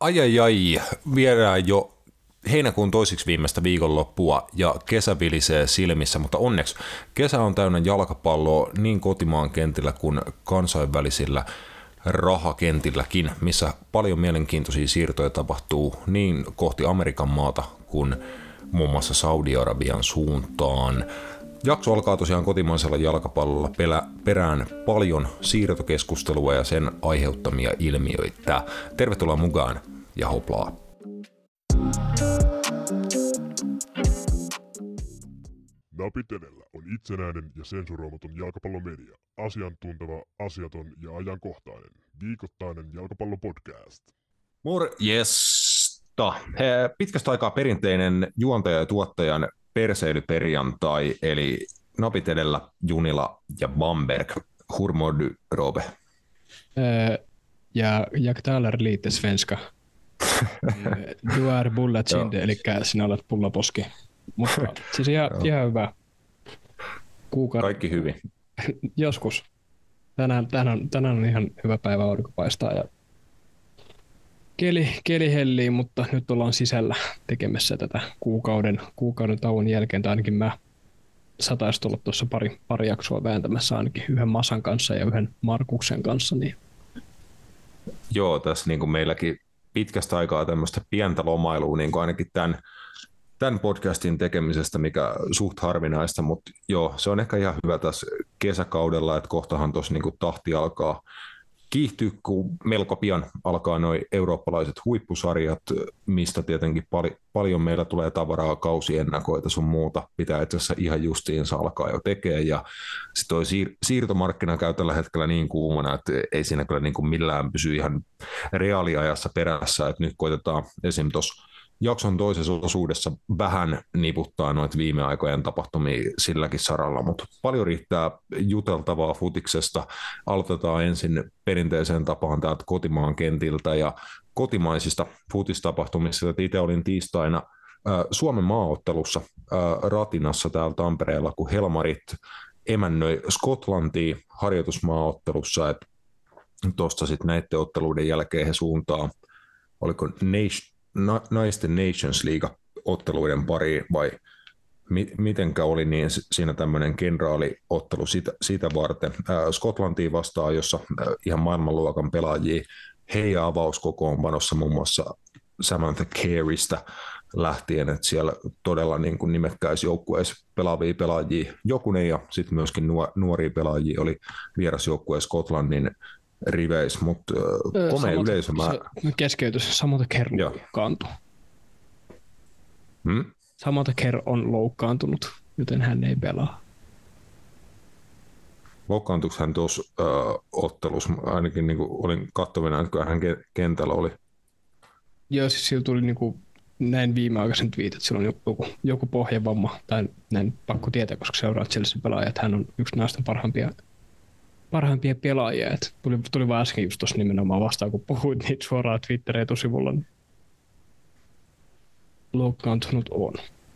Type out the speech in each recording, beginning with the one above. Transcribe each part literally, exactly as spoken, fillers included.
Ai ai ai, viedään jo heinäkuun toisiksi viimeistä viikonloppua ja kesä vilisee silmissä, mutta onneksi kesä on täynnä jalkapalloa niin kotimaan kentillä kuin kansainvälisillä rahakentilläkin, missä paljon mielenkiintoisia siirtoja tapahtuu niin kohti Amerikan maata kuin muun muassa Saudi-Arabian suuntaan. Jakso alkaa tosiaan kotimaisella jalkapallolla perään paljon siirtokeskustelua ja sen aiheuttamia ilmiöitä. Tervetuloa mukaan ja hoplaa. Napit edellä on itsenäinen ja sensuroimaton jalkapallomedia. Asiantunteva, asiaton ja ajankohtainen. Viikoittainen jalkapallopodcast. Morjesta. Pitkästä aikaa perinteinen juontaja ja tuottajan perseilyperjantai, eli Napit edellä Junila ja Bamberg. Hur mår du, Robe? Uh, ja jag talar lite svenska. Du är bullatsinne, eli sinä olet pullaposki. Mutta siis ihan, ihan hyvä. Kuukauden. Kaikki hyvin. Joskus. Tänään, tänään, tänään on ihan hyvä päivä, aurinko paistaa ja keli, keli hellii, mutta nyt ollaan sisällä tekemässä tätä kuukauden, kuukauden tauon jälkeen. Tai ainakin mä sataisin olla tuossa pari, pari jaksoa vääntämässä ainakin yhden Masan kanssa ja yhden Markuksen kanssa. Niin. Joo, tässä niin kuin meilläkin pitkästä aikaa tämmöistä pientä lomailua, niin kuin ainakin tämän, tämän podcastin tekemisestä, mikä suht harvinaista, mutta joo, se on ehkä ihan hyvä tässä kesäkaudella, että kohtahan tuossa niin kuin tahti alkaa kiihtyä, kun melko pian alkaa nuo eurooppalaiset huippusarjat, mistä tietenkin pal- paljon meillä tulee tavaraa, kausiennakoita sun muuta, pitää itse asiassa ihan justiinsa alkaa jo tekemään, ja sitten toi siir- siirtomarkkina käy tällä hetkellä niin kuumana, että ei siinä kyllä niin kuin millään pysy ihan reaaliajassa perässä, että nyt koitetaan esim. Tuossa jakson toisessa osuudessa vähän niputtaa noita viime aikojen tapahtumia silläkin saralla, mutta paljon riittää juteltavaa futiksesta. Aloitetaan ensin perinteiseen tapaan täältä kotimaan kentiltä ja kotimaisista futistapahtumista. Itse olin tiistaina Suomen maaottelussa Ratinassa täällä Tampereella, kun Helmarit emännöi Skotlantiin harjoitusmaaottelussa. Tuosta sitten näiden otteluiden jälkeen he suuntaa, oliko Nation naisten Nations League-otteluiden pari vai mi- mitenkä oli, niin siinä tämmöinen kenraaliottelu sitä, sitä varten. Ää, Skotlantiin vastaan, jossa ää, ihan maailmanluokan pelaajia heidän avauskokoonpanossa muun muassa Samantha Careystä lähtien, että siellä todella niin kuin nimekkäissä joukkueissa pelaavia pelaajia jokunen ja sitten myöskin nuoria pelaajia oli vierasjoukkueen Skotlannin riveissä, mutta öö, komea yleisömäärä. Keskeytys, Samantha Kerr loukkaantui. Hmm? Samantha Kerr on loukkaantunut, joten hän ei pelaa. Loukkaantuiko hän tuossa öö, ottelussa? Ainakin niin kuin olin katsovina, että hän kentällä oli. Joo, siis sillä tuli niin kuin, näin viimeaikaisen tweet, että sillä on joku, joku pohjavamma, tai näin pakko tietää, koska seuraat Chelsea pelaaja, että hän on yksi naisten parhaimpia parhaimpia pelaajia. Et tuli, tuli vaan äsken just tuossa nimenomaan vastaan, kun puhuit niitä suoraan Twitterin etusivulla. Niin loukkaantunut on.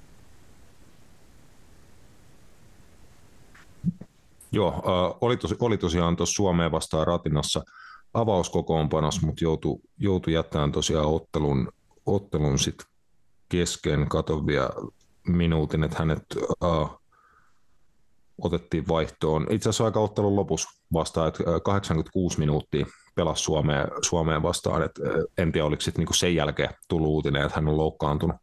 Joo, äh, oli, tos, oli tosiaan tuossa Suomeen vastaan Ratinassa avauskokoonpanossa, mutta joutui, joutui jättämään tosiaan ottelun, ottelun sit kesken. Katon vielä minuutin, että hänet äh, otettiin vaihtoon. Itse asiassa aika ottelun lopussa vastaan, että kahdeksankymmentäkuusi minuuttia pelasi Suomeen, Suomeen vastaan. Et en tiedä, oliko sitten niinku sen jälkeen tullut uutinen, että hän on loukkaantunut.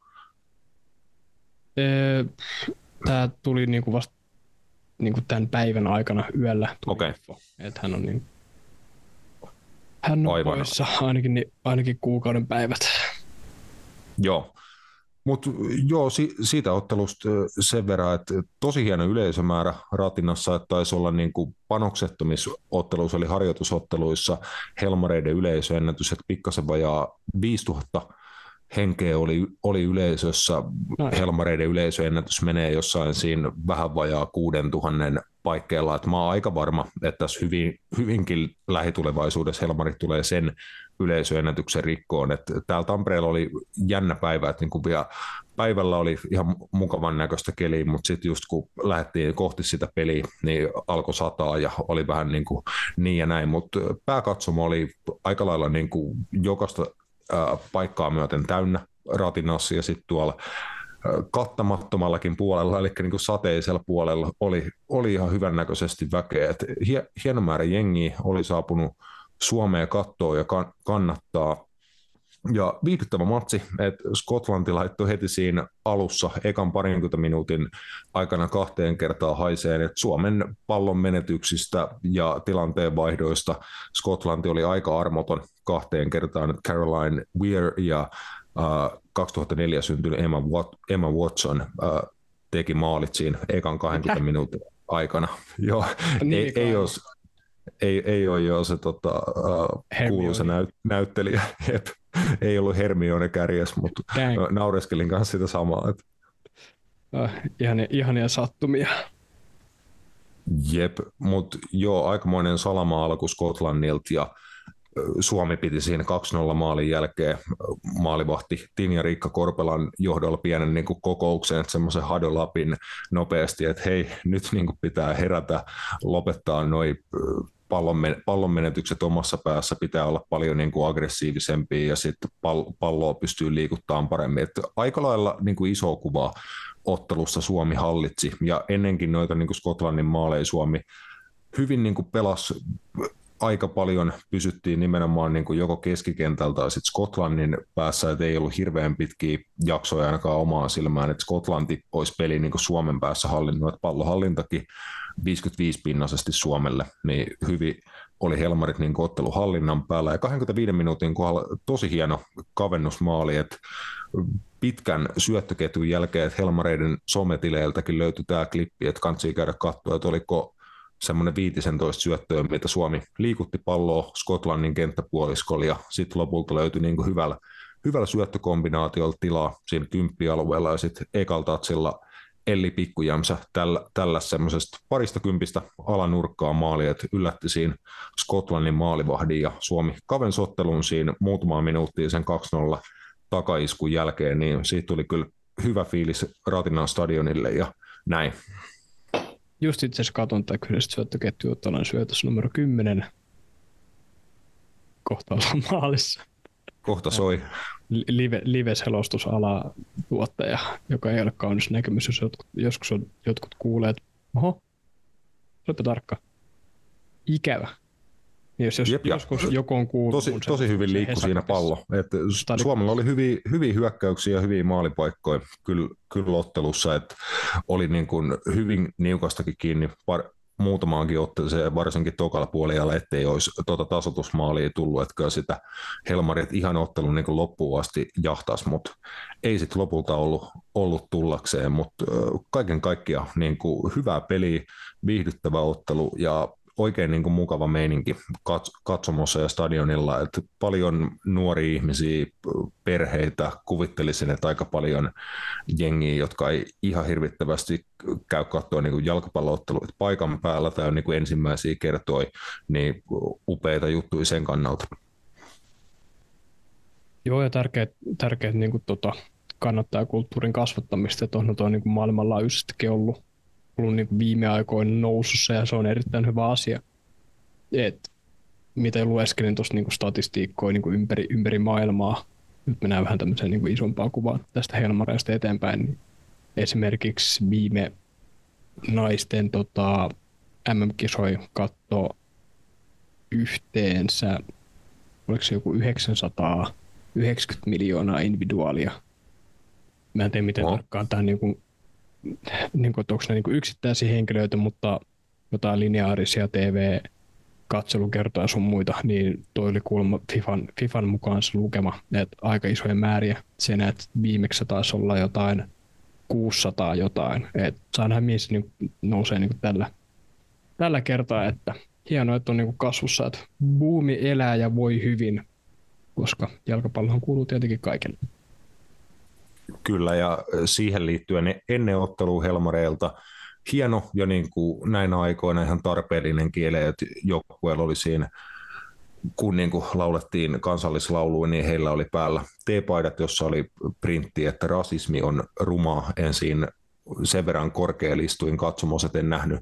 Tämä tuli niinku vasta niinku tämän päivän aikana yöllä. Okei. Että hän on, niin, hän on Aivan. poissa ainakin, ainakin kuukauden päivät. Joo. Mutta joo, si- siitä ottelusta sen verran, että tosi hieno yleisömäärä Ratinassa, että taisi olla niin kuin panoksettomissa otteluissa, eli harjoitusotteluissa Helmareiden yleisöennätys, että pikkasen vajaa viisituhatta henkeä oli, oli yleisössä. No. Helmareiden yleisöennätys menee jossain siinä vähän vajaa kuudentuhannen paikkeilla, että mä oon aika varma, että tässä hyvin, hyvinkin lähitulevaisuudessa Helmarit tulee sen yleisöennätyksen rikkoon. Että täällä Tampereella oli jännä päivä, että niin kuin vielä päivällä oli ihan mukavan näköistä keliä, mutta sitten just kun lähdettiin kohti sitä peliä, niin alkoi sataa ja oli vähän niin, kuin niin ja näin, mutta pääkatsomo oli aika lailla niin kuin jokaista ää, paikkaa myöten täynnä ratinassa, ja sitten tuolla kattamattomallakin puolella, eli niin kuin sateisella puolella oli, oli ihan hyvännäköisesti väkeä. Et hie, hieno määrä jengiä oli saapunut Suomeen kattoon ja kan, kannattaa. Ja viihdyttävä matsi, että Skotlanti laittoi heti siinä alussa ekan parinkymmentä minuutin aikana kahteen kertaan haiseen, että Suomen pallon menetyksistä ja tilanteen vaihdoista Skotlanti oli aika armoton kahteen kertaan. Caroline Weir ja uh, kaksituhattaneljä syntynyt Emma, Wat- Emma Watson uh, teki maalit siinä ekan kaksikymmentä Mitä? minuutin aikana. Joo, niin, ei, ei ole... Ei, ei ole jo se tota, uh, kuuluisa näyt, näyttelijä, Jep. Ei ollut Hermione kärjes, mutta Dang. naureskelin kanssa sitä samaa. Että... Uh, ihania, ihania sattumia. Jep, mutta joo, aikamoinen salama alku Skotlannilta ja Suomi piti siinä kaksi nolla maalin jälkeen maalivahti Tinja Riikka Korpelan johdolla pienen niin kuin kokouksen, että semmoisen hadolapin nopeasti, että hei, nyt niin kuin pitää herätä, lopettaa noi pallon menetykset omassa päässä, pitää olla paljon niin kuin aggressiivisempia ja sitten palloa pystyy liikuttamaan paremmin. Että aika lailla niin kuin iso kuva ottelussa Suomi hallitsi ja ennenkin noita niin kuin Skotlannin maaleja Suomi hyvin niin kuin pelasi aika paljon, pysyttiin nimenomaan niin kuin joko keskikentältä tai sitten Skotlannin päässä, että ei ollut hirveän pitkiä jaksoja ainakaan omaan silmään, että Skotlanti olisi peli niin kuin Suomen päässä hallinnut, että pallohallintakin viisikymmentäviisi pinnaisesti Suomelle, niin hyvin oli Helmarit niin kuin otteluhallinnan päällä ja kaksikymmentäviiden minuutin kohdalla tosi hieno kavennusmaali, että pitkän syöttöketjun jälkeen, että Helmareiden sometileiltäkin löytyi tämä klippi, että kannattaa käydä katsoa, että oliko semmoinen viisitoista syöttöä, mitä Suomi liikutti palloa Skotlannin kenttäpuoliskolla ja sitten lopulta löytyi niin kuin hyvällä, hyvällä syöttökombinaatiolla tilaa siinä kymppialueella ja sitten ekalla tatsilla Elli Pikkujämsä tällä, tällä semmoisesta parista kympistä alanurkkaa maalia, että yllätti siinä Skotlannin maalivahdin ja Suomi kavensi ottelun siinä muutamaa minuuttia sen kaksi nolla takaiskun jälkeen, niin siitä tuli kyllä hyvä fiilis Ratinan stadionille ja näin. Just itse asiassa katon tätä kyseistä syöttöketjua, että olen syötössä numero kymmenen. Kohta ollaan maalissa. Kohta soi. Live, live-selostusala tuottaja, joka ei ole kaunis näkemys, jos jotkut, joskus on, jotkut kuulee, että oho, olipa tarkka. Ikävä. Jos, jos Jep, joskus joku on kuullut... Tosi, tosi hyvin liikkui siinä pallo. Että Suomella oli hyviä, hyviä hyökkäyksiä ja hyviä maalipaikkoja kyllä, kyllä ottelussa. Että oli niin kuin hyvin niukastakin kiinni par, muutamaankin otteeseen, varsinkin tokalla puolella, ettei olisi tuota tasoitusmaalia tullut. Että kyllä sitä Helmarit ihan ottelun niin kuin loppuun asti jahtas, mutta ei sitten lopulta ollut, ollut tullakseen. Mutta kaiken kaikkiaan niin kuin hyvää peliä, viihdyttävä ottelu ja oikein niin kuin mukava meininki katsomossa ja stadionilla, että paljon nuoria ihmisiä, perheitä, kuvittelisin, että aika paljon jengiä, jotka ei ihan hirvittävästi käy katsoa niin kuin jalkapallo-otteluita paikan päällä tai on niin kuin ensimmäisiä kertoi, niin upeita juttuja sen kannalta. Joo, ja tärkeät, tärkeät niin kuin tota, kannattaa kulttuurin kasvattamista, että on tuo niin kuin maailmanlaajuisestikin ollut ollut niin viime aikoina nousussa ja se on erittäin hyvä asia. Et, mitä lueskelin tuosta niin statistiikkoja niin ympäri, ympäri maailmaa, nyt mennään vähän tämmöiseen niin isompaan kuvaan tästä Helmareista eteenpäin, niin esimerkiksi viime naisten tota, M M-kisoja katsoi yhteensä, oliko se joku yhdeksänsataayhdeksänkymmentä miljoonaa individuaalia. Mä en tiedä miten oh. tarkkaan tämä niin kuin niin kuin, onko ne niin kuin yksittäisiä henkilöitä, mutta jotain lineaarisia T V-katselukertoja sun muita, niin toi oli kuulemma FIFAn, FIFAn mukaan se lukema, että aika isoja määriä. Sen, että viimeksi taisi olla jotain kuusisataa jotain. Et saa nähdä, mihin se niin nousee niin tällä, tällä kertaa, että hienoa, että on niin kasvussa, että buumi elää ja voi hyvin, koska jalkapallohan kuuluu tietenkin kaikille. Kyllä, ja siihen liittyen ennen ottelua Helmareilta hieno ja niin kuin näinä aikoina ihan tarpeellinen kiele, että joukkueella oli siinä, kun niin kuin laulettiin kansallislauluja, niin heillä oli päällä T-paidat, jossa oli printti, että rasismi on rumaa. Ensin sen verran korkealistuin katsomus, että en nähnyt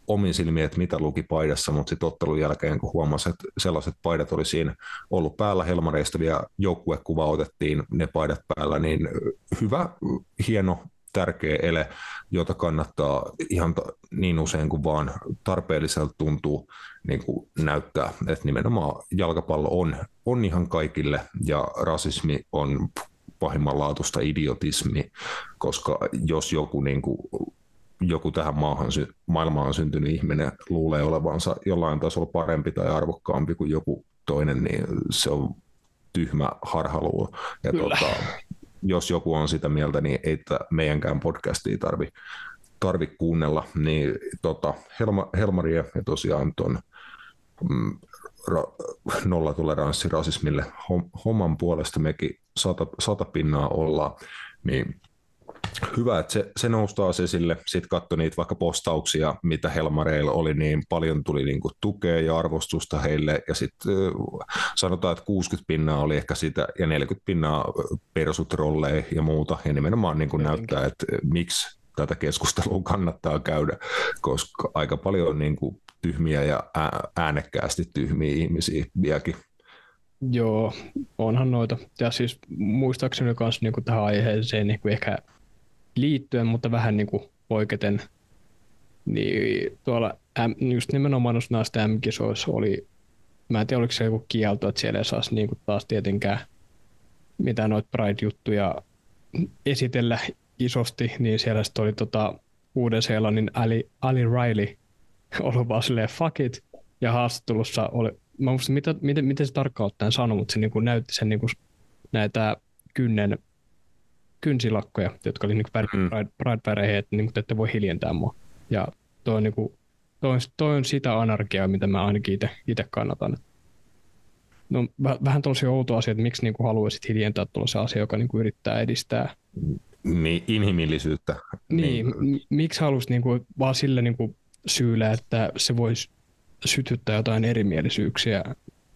omin silmiin, että mitä luki paidassa, mutta sitten ottelun jälkeen, kun huomasi, että sellaiset paidat oli siinä ollut päällä, Helmareista vielä joukkuekuva otettiin ne paidat päällä, niin hyvä, hieno, tärkeä ele, jota kannattaa ihan niin usein kuin vaan tarpeelliselta tuntuu niin kuin näyttää, että nimenomaan jalkapallo on, on ihan kaikille ja rasismi on pahimmanlaatuista idiotismi, koska jos joku, niin kuin, joku tähän maahan, maailmaan syntynyt ihminen luulee olevansa jollain tasolla parempi tai arvokkaampi kuin joku toinen, niin se on tyhmä harhaluulo. Ja tuota, jos joku on sitä mieltä, niin ei meidänkään podcastia tarvi, tarvi kuunnella, niin tota, Helma, Helmaria ja tosiaan tuon mm, ra- nollatoleranssi rasismille homman puolesta mekin sata, sata pinnaa ollaan, niin hyvä, että se, se nousi taas esille. Sitten katsoi niitä vaikka postauksia, mitä Helmareilla oli, niin paljon tuli niinku tukea ja arvostusta heille. Ja sitten sanotaan, että kuusikymmentä pinnaa oli ehkä sitä ja neljäkymmentä pinnaa persutrolleja ja muuta. Ja nimenomaan niinku näyttää, että miksi tätä keskustelua kannattaa käydä, koska aika paljon on niinku tyhmiä ja äänekkäästi tyhmiä ihmisiä vieläkin. Joo, onhan noita. Ja siis muistaakseni myös niinku tähän aiheeseen niinku ehkä liittyen, mutta vähän niin kuin poiketen, niin tuolla just nimenomaan näistä M-kisoissa oli, mä en tiedä oliko se joku kielto, että siellä ei saisi niin kuin taas tietenkään mitään noita Pride-juttuja esitellä isosti, niin siellä sitten oli tota Uuden-Seelannin Ali, Ali Riley ollut vaan silleen fuck it, ja haastattelussa oli, mä muistan mitä, miten, miten se tarkkaan ottaen sanoi, mutta se niin kuin näytti sen niin kuin näitä kynnen kynsilakkoja, jotka oli niin mm. Pride-väreihin, että niin, ette voi hiljentää mua. Ja toi on, niin kuin, toi on, toi on sitä anarkiaa, mitä mä ainakin itse kannatan. No, vähän tuollaisia outoa asioita, että miksi niin kuin haluaisit hiljentää tuollaisen asian, joka niin kuin yrittää edistää. Niin, inhimillisyyttä. Niin, niin. Miksi haluaisit niin kuin, vaan sille niin kuin syyllä, että se voisi sytyttää jotain erimielisyyksiä.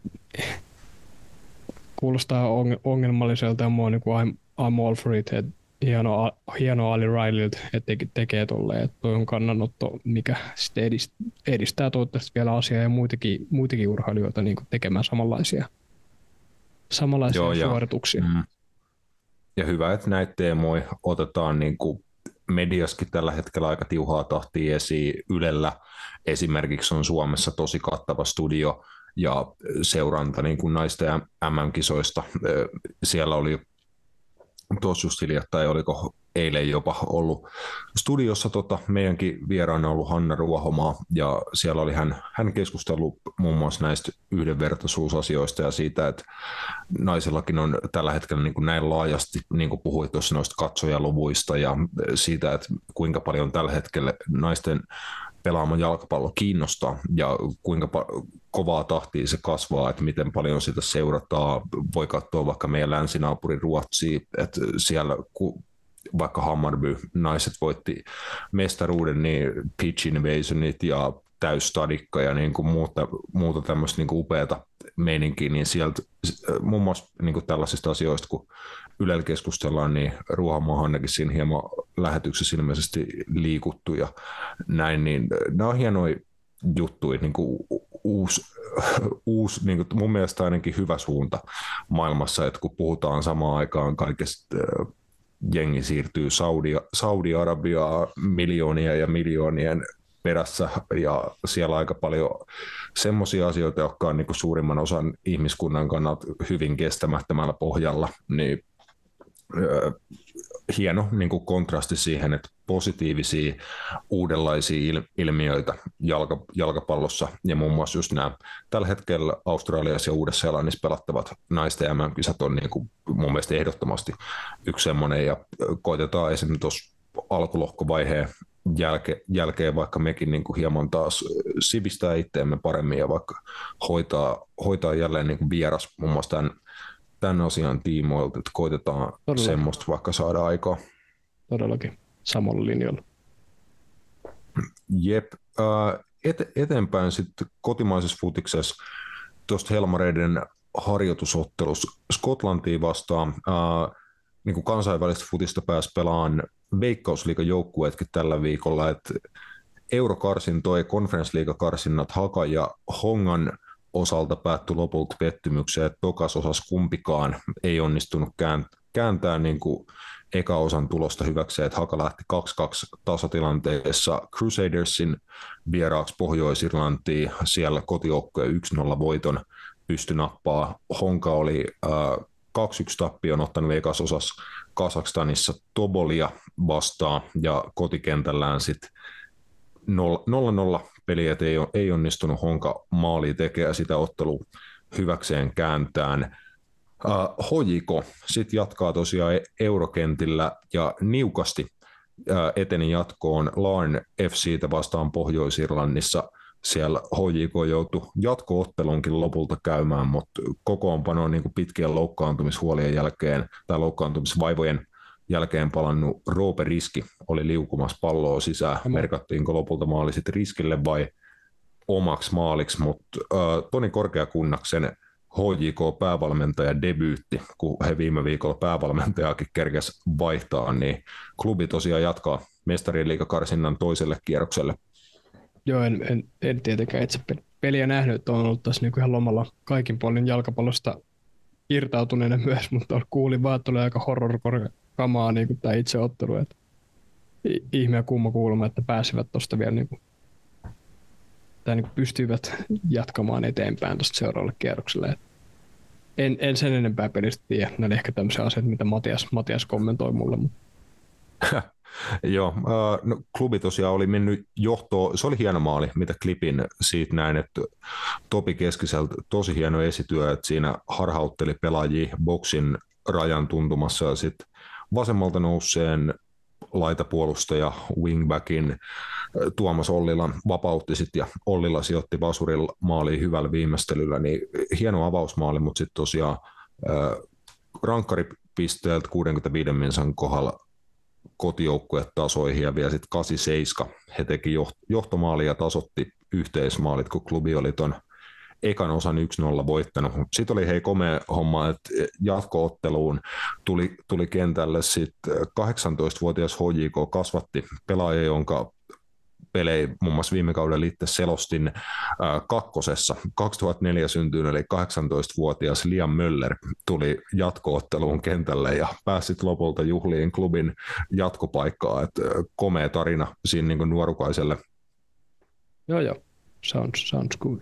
Kuulostaa ongelmalliselta ja mua niin kuin I'm, I'm all for it. Hieno, hieno Ali Rileyltä, että tekee tolleen. Että toi on kannanotto, mikä sitten edistää, edistää toivottavasti vielä asiaa ja muitakin, muitakin urheilijoita niin kuin tekemään samanlaisia, samanlaisia Joo, suorituksia. Ja, mm. ja hyvä, että näitä teemoja otetaan niin kuin mediaskin tällä hetkellä aika tiuhaa tahtia esiin. Ylellä esimerkiksi on Suomessa tosi kattava studio ja seuranta niin kuin naisten M M-kisoista. Siellä oli tuossa just hiljattain, oliko eilen jopa ollut studiossa tota, meidänkin vieraana ollut Hanna Ruohomaa, ja siellä oli hän, hän keskustellut muun muassa näistä yhdenvertaisuusasioista ja siitä, että naisillakin on tällä hetkellä niin kuin näin laajasti, niin kuin puhuit tuossa noista katsojaluvuista ja siitä, että kuinka paljon tällä hetkellä naisten pelaama jalkapallo kiinnostaa ja kuinka pa- kovaa tahtia se kasvaa, että miten paljon sitä seurataan. Voi katsoa vaikka meidän länsinaapuri Ruotsia, että siellä ku, vaikka Hammarby naiset voitti mestaruuden, niin pitch invasionit ja täysstadikka ja niin kuin muuta, muuta tämmöistä niin kuin upeata meininkiä, niin sieltä muun muassa niin kuin tällaisista asioista, kun Ylellä keskustellaan, niin Ruohomaa Hannekin siinä hieman lähetyksessä ilmeisesti liikuttu ja näin, niin nämä on hienoja juttuja, niin kuin uusi, uusi niin kuin mun mielestä ainakin hyvä suunta maailmassa, että kun puhutaan samaan aikaan kaikesta, jengi siirtyy Saudi, Saudi-Arabiaan miljoonia ja miljoonien perässä ja siellä aika paljon semmoisia asioita, jotka on niin kuin suurimman osan ihmiskunnan kannalta hyvin kestämättömällä pohjalla, niin öö, hieno niin kuin kontrasti siihen, että positiivisia uudenlaisia ilmiöitä jalka, jalkapallossa ja muun muassa just nämä tällä hetkellä Australiassa ja Uudessa-Seelannissa pelattavat naisten M M-kisat on niin kuin mun mielestä ehdottomasti yksi semmoinen ja koitetaan esimerkiksi tuossa alkulohkovaiheen jälke, jälkeen vaikka mekin niin kuin hieman taas sivistää itseämme paremmin ja vaikka hoitaa, hoitaa jälleen niin kuin vieras muun muassa tämän tämän asian tiimoilta, että koitetaan Todella. semmoista vaikka saada aikaa. Todellakin, samalla linjalla. Jep. Et, eteenpäin sitten kotimaisessa futiksessa tuosta Helmareiden harjoitusottelussa Skotlantiin vastaan. Ää, niin kuin kansainvälistä futista pääsi pelaamaan Veikkausliigan joukkueetkin tällä viikolla, että eurokarsintoi, Conference-liigakarsinnat Haka ja Hongan osalta päättyi lopulta pettymykseen, että tokas osas kumpikaan ei onnistunut kääntää niin kuin eka osan tulosta hyväkseen, että Haka lähti kaksi kaksi tasatilanteessa Crusadersin vieraaksi Pohjois-Irlantiin, siellä kotijoukkojen yksi nolla voiton pysty nappaa. Honka oli äh, kaksi yksi tappion ottanut ekas osassa Kazakstanissa Tobolia vastaan ja kotikentällään sitten nolla nolla peli, että ei, ei onnistunut Honka maaliin tekemään sitä ottelu hyväkseen kääntään. Uh, Hojiko sitten jatkaa tosiaan eurokentillä ja niukasti uh, eteni jatkoon Larn F C:tä vastaan Pohjois-Irlannissa. Siellä H J K joutui jatko-ottelunkin lopulta käymään, mutta kokoonpano niin kuin pitkien loukkaantumishuolien jälkeen tai loukkaantumisvaivojen jälkeen palannut Roope Riski oli liukumassa palloa sisään. Merkattiinko lopulta maali sitten Riskille vai omaksi maaliksi, mutta uh, Toni Korkeakunnaksen H J K-päävalmentaja debyytti, kun he viime viikolla päävalmentajaakin kerkesi vaihtaa, niin klubi tosiaan jatkaa mestarien liigakarsinnan toiselle kierrokselle. Joo, en, en, en tietenkään itse peliä nähnyt, että on ollut tässä niinku ihan lomalla kaikin puolin jalkapallosta irtautuneena myös, mutta kuulin vaan, että oli aika horror-kamaa niinku tämä itse ottelu. Että ihme ja kumma kuulema, että pääsivät tuosta vielä niinku, tai niinku pystyivät jatkamaan eteenpäin tuosta seuraavalle kierrokselle. En, en sen enempää pelistä tiedä. Nämä oli ehkä tämmöisiä asioita, mitä Matias, Matias kommentoi mulle. Mutta Joo, no, klubi tosiaan oli mennyt johtoon, se oli hieno maali, mitä klipin siitä näin, että Topi Keskiseltä tosi hieno esityö, että siinä harhautteli pelaajia boksin rajan tuntumassa ja sitten vasemmalta nousseen laitapuolustaja wingbackin Tuomas Ollila vapautti sitten ja Ollila sijoitti Vasurilla maaliin hyvällä viimeistelyllä, niin hieno avausmaali, mutta sitten tosiaan rankkaripisteeltä kuusikymmentäviisi minsan kohdalla kotijoukkuetasoihin ja vielä sitten kahdeksankymmentäseitsemän he teki johtomaali ja tasotti yhteismaalit, kun klubi oli ton ekan osan yksi nolla voittanut. Sitten oli hei komea homma, että jatko-otteluun tuli, tuli kentälle sitten kahdeksantoistavuotias H J K kasvatti pelaaja, jonka pelejä muun muassa viime kaudella itse selostin äh, kakkosessa. kaksituhattaneljä syntynyt eli kahdeksantoistavuotias Liam Möller tuli jatko-otteluun kentälle ja pääsi lopulta juhliin klubin jatkopaikkaa. Et, äh, komea tarina siinä niin kuin nuorukaiselle. Joo, joo. Sounds, sounds good.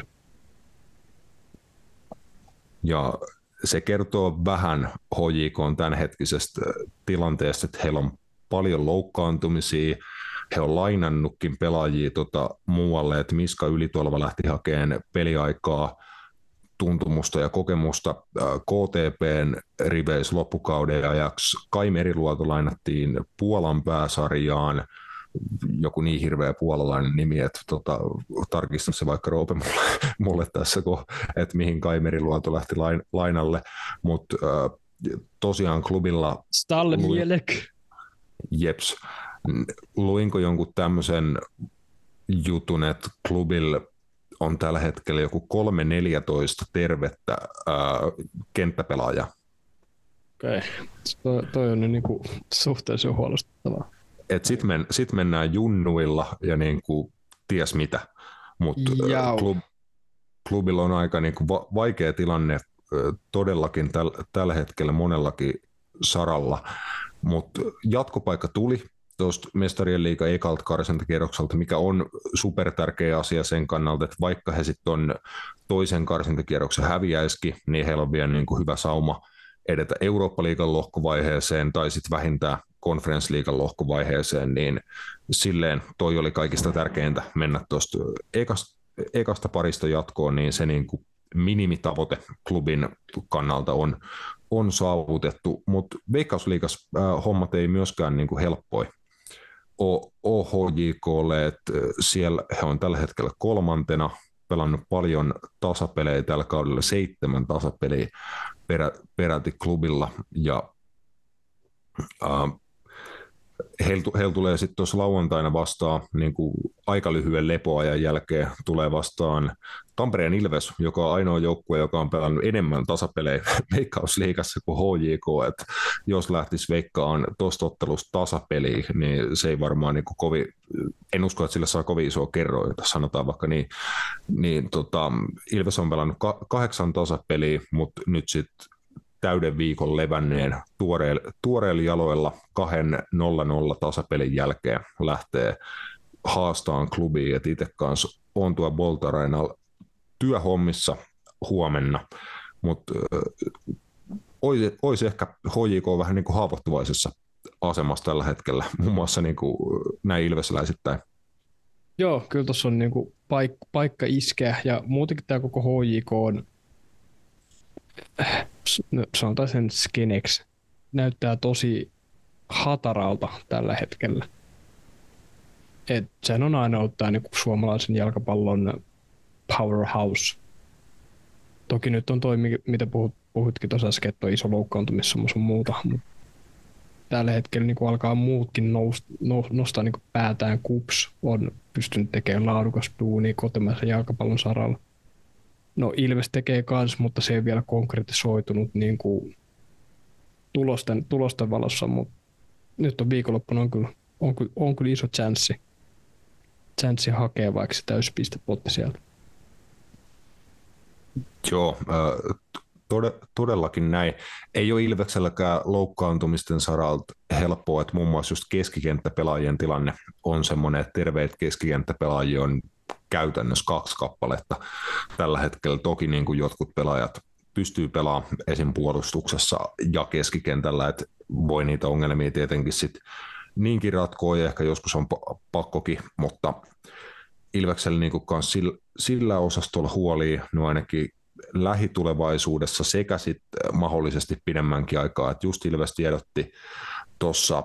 Ja se kertoo vähän H J K:n tämänhetkisestä tilanteesta, että heillä on paljon loukkaantumisia. He on lainannutkin pelaajia tota muualle, että Miska Ylitolva lähti hakemaan peliaikaa, tuntumusta ja kokemusta K T P:n riveissä loppukauden ajaksi. Kai Meriluoto lainattiin Puolan pääsarjaan, joku niin hirveä puolalainen nimi, että tota, tarkistan se vaikka Roope mulle, mulle tässä, kun, että mihin Kai Meriluoto lähti lain, lainalle, mutta äh, tosiaan klubilla... Stalmielek. Jeps. Luinko jonkun tämmöisen jutun, että klubilla on tällä hetkellä joku kolme neljätoista tervettä ää, kenttäpelaajaa? Okei, okay. toi, toi on niinku suhteellisen huolestuttavaa. Sitten men, sit mennään junnuilla ja niinku ties mitä, mutta klub, klubilla on aika niinku va, vaikea tilanne todellakin täl, tällä hetkellä monellakin saralla, mutta jatkopaikka tuli tuosta mestarien liigan ekalta karsintakierrokselta, mikä on supertärkeä asia sen kannalta, että vaikka he sitten on toisen karsintakierroksen häviäisikin, niin heillä on vielä niin kuin hyvä sauma edetä Eurooppa-liigan lohkovaiheeseen tai sitten vähintään Conference-liigan lohkovaiheeseen, niin silleen toi oli kaikista tärkeintä mennä tuosta ekasta, ekasta parista jatkoon, niin se niin kuin minimitavoite klubin kannalta on, on saavutettu, mutta Veikkausliigassa äh, hommat ei myöskään niin kuin helppoi O H J K:lle, että siellä he on tällä hetkellä kolmantena, pelannut paljon tasapelejä tällä kaudella, seitsemän tasapeliä perä, peräti klubilla, ja äh, heillä heil tulee sitten tuossa lauantaina vastaan, niin kuin aika lyhyen lepoajan jälkeen tulee vastaan Tampereen Ilves, joka on ainoa joukkue, joka on pelannut enemmän tasapelejä Veikkausliigassa kuin H J K. Et jos lähtisi veikkaan tuosta ottelusta tasapeliin, niin se ei varmaan niin kuin kovin, en usko, että sille saa kovin isoa kerroita, sanotaan vaikka niin, niin tota, Ilves on pelannut ka- kahdeksan tasapeliä, mutta nyt sitten täyden viikon levänneen tuoreilla, tuoreilla jaloilla kahden nolla nolla tasapelin jälkeen lähtee haastaan klubiin, että itse kanssa on tuo Bolt Arenalla työhommissa huomenna, mutta olisi, olisi ehkä H J K vähän niin kuin haavoittuvaisessa asemassa tällä hetkellä, muun muassa niin kuin näin ilvesläisittäin. Joo, kyllä tuossa on niin kuin paik- paikka iskeä ja muutenkin tämä koko H J K on, sanotaan sen skeneksi, näyttää tosi hataralta tällä hetkellä. Et sehän on aina ollut tämä niinku suomalaisen jalkapallon powerhouse. Toki nyt on toi, mitä puhut, puhutkin tuossa äsken, että on iso loukkaantumissomus on muuta, mutta tällä hetkellä niinku alkaa muutkin nous, nous, nostaa niinku päätään. Kups on pystynyt tekemään laadukas duunia kotimaisen jalkapallon saralla. No Ilves tekee kans, mutta se ei vielä konkretisoitunut niinku tulosten, tulosten valossa, mutta nyt on viikonloppuna on kyllä, on kyllä, on kyllä iso chanssi. Chanssi hakee vaikka se täyspistepotti sieltä. Joo, todellakin näin. Ei ole Ilvekselläkään loukkaantumisten saralta helppoa, että muun muassa just keskikenttäpelaajien tilanne on semmoinen, että terveet keskikenttäpelaajia on käytännössä kaksi kappaletta tällä hetkellä. Toki niin kuin jotkut pelaajat pystyy pelaamaan esim. Puolustuksessa ja keskikentällä, että voi niitä ongelmia tietenkin sitten niinkin ratkoa ja ehkä joskus on pakkokin, mutta Ilveksellä niin kanssa sillä, sillä osastolla huolia, no ainakin lähitulevaisuudessa sekä sitten mahdollisesti pidemmänkin aikaa, että just Ilves tiedotti tuossa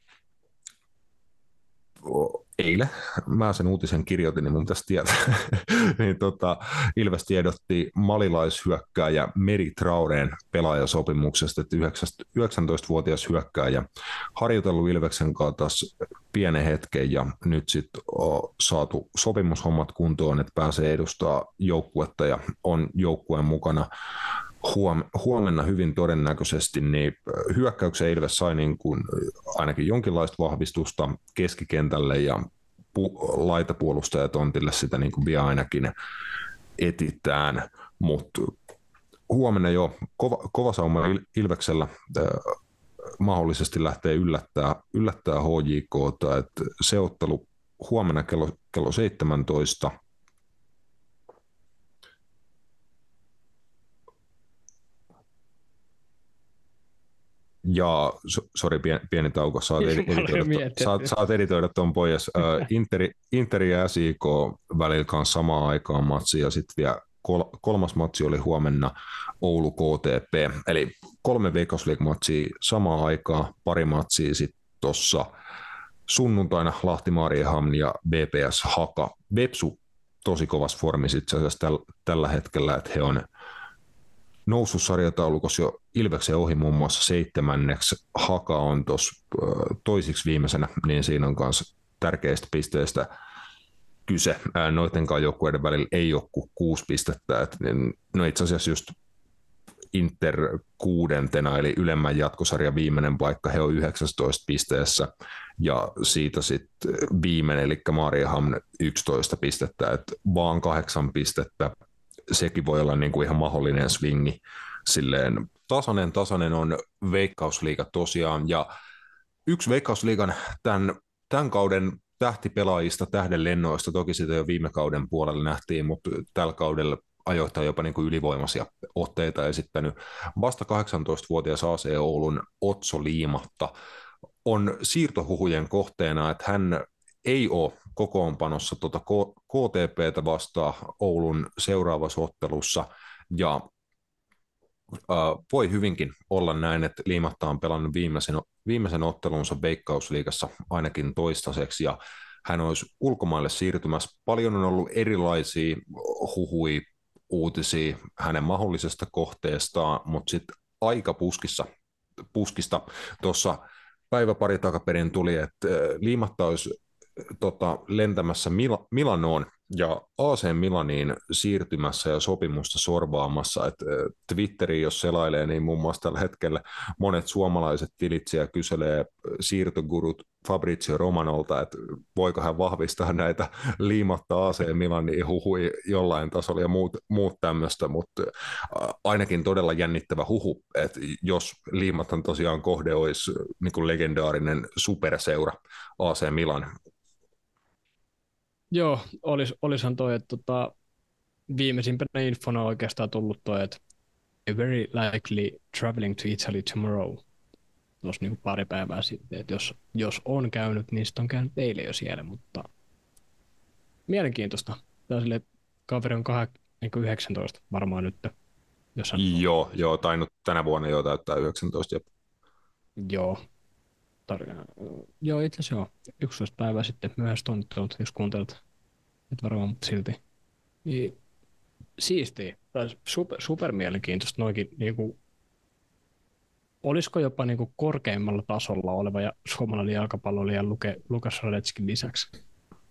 eilen, mä sen uutisen kirjoitin, niin mun pitäisi tietää, niin tota, Ilves tiedotti malilaishyökkääjä Meri Traoreen pelaajasopimuksesta, että yhdeksäntoistavuotias hyökkääjä harjoitellut Ilveksen kanssa taas pienen hetken ja nyt sitten on saatu sopimushommat kuntoon, että pääsee edustaa joukkuetta ja on joukkueen mukana huomenna hyvin todennäköisesti, niin hyökkäyksen Ilves sai niin kuin ainakin jonkinlaista vahvistusta keskikentälle ja pu- laitapuolustajatontille sitä niin kuin vielä ainakin etitään, mutta huomenna jo kova, kova sauma Ilveksellä äh, mahdollisesti lähtee yllättää, yllättää H J K:ta, että se ottelu huomenna kello, kello seitsemäntoista. Ja, sori, pieni, pieni tauko, saat, editoida, saat, saat editoida tuon pois. Interi, Interi ja S I K välillä kanssa samaan aikaan matsi, ja sitten vielä kol, kolmas matsi oli huomenna Oulu K T P, eli kolme Veikkausliiga-matsia samaan aikaan, pari matsia sitten tuossa sunnuntaina Lahti Mariehamn ja B P S Haka. Vepsu tosi kovassa formissa itse asiassa täl, tällä hetkellä, että he on noussut sarjataulukossa jo Ilveksen ohi muun muassa seitsemänneksi. Haka on tuossa toisiksi viimeisenä, niin siinä on myös tärkeistä pisteistä kyse. Noitenkaan joukkueiden välillä ei ole kuin kuusi pistettä. Et, no itse asiassa just Inter kuudentena, eli ylemmän jatkosarjan viimeinen paikka, he on yhdeksäntoista pisteessä, ja siitä sitten viimeinen, eli Mariehamn yksitoista pistettä, että vaan kahdeksan pistettä. Sekin voi olla niin kuin ihan mahdollinen swingi. Silleen tasainen, tasainen on Veikkausliiga tosiaan, ja yksi Veikkausliigan tämän, tämän kauden tähtipelaajista, tähden lennoista, toki sitä jo viime kauden puolella nähtiin, mutta tällä kaudella ajoittaa jopa niin kuin ylivoimaisia otteita esittänyt. Vasta kahdeksantoistavuotias A C Oulun Otso Liimatta on siirtohuhujen kohteena, että hän ei ole kokoonpanossa tuota K T P:tä vastaan Oulun seuraavassa ottelussa, ja äh, voi hyvinkin olla näin, että Liimatta on pelannut viimeisen, viimeisen ottelunsa Veikkausliigassa ainakin toistaiseksi, ja hän olisi ulkomaille siirtymässä. Paljon on ollut erilaisia huhui, uutisia hänen mahdollisesta kohteestaan, mutta sitten aika puskissa, puskista tuossa päivä pari takaperin tuli, että Liimatta olisi tota, lentämässä Mil- Milanoon ja A C Milaniin siirtymässä ja sopimusta sorvaamassa. Et Twitteriin, jos selailee, niin muun muassa tällä hetkellä monet suomalaiset tilitsijä kyselee siirtogurut Fabrizio Romanolta, että voiko hän vahvistaa näitä liimatta A C Milaniin huhui jollain tasolla ja muut, muut tämmöistä, mutta ainakin todella jännittävä huhu, että jos liimatan tosiaan kohde olisi niin kuin legendaarinen superseura A C Milan. Joo, olis, olishan toi, että tota, viimeisimpänä infona on oikeastaan tullut toi, että a very likely traveling to Italy tomorrow. Tuossa niin pari päivää sitten, että jos, jos on käynyt, niin sitten on käynyt eilen jo siellä, mutta mielenkiintoista. Tämä sille, että kaveri on kahden, niin yhdeksäntoista varmaan nyt. Jos hän Joo, joo, tainnut tänä vuonna jo täyttää yhdeksäntoista. Ja... Joo. Tar- joo, itse asiassa joo. yksitoista päivää sitten myöhäistä onnittelut, jos kuuntelet. Et varmaan, mutta silti. Niin, siistiä. Tai super, super mielenkiintoista noikin. Niinku, olisiko jopa niinku korkeimmalla tasolla oleva ja suomalainen jalkapalloilija Luke, Lukas Radetskin lisäksi?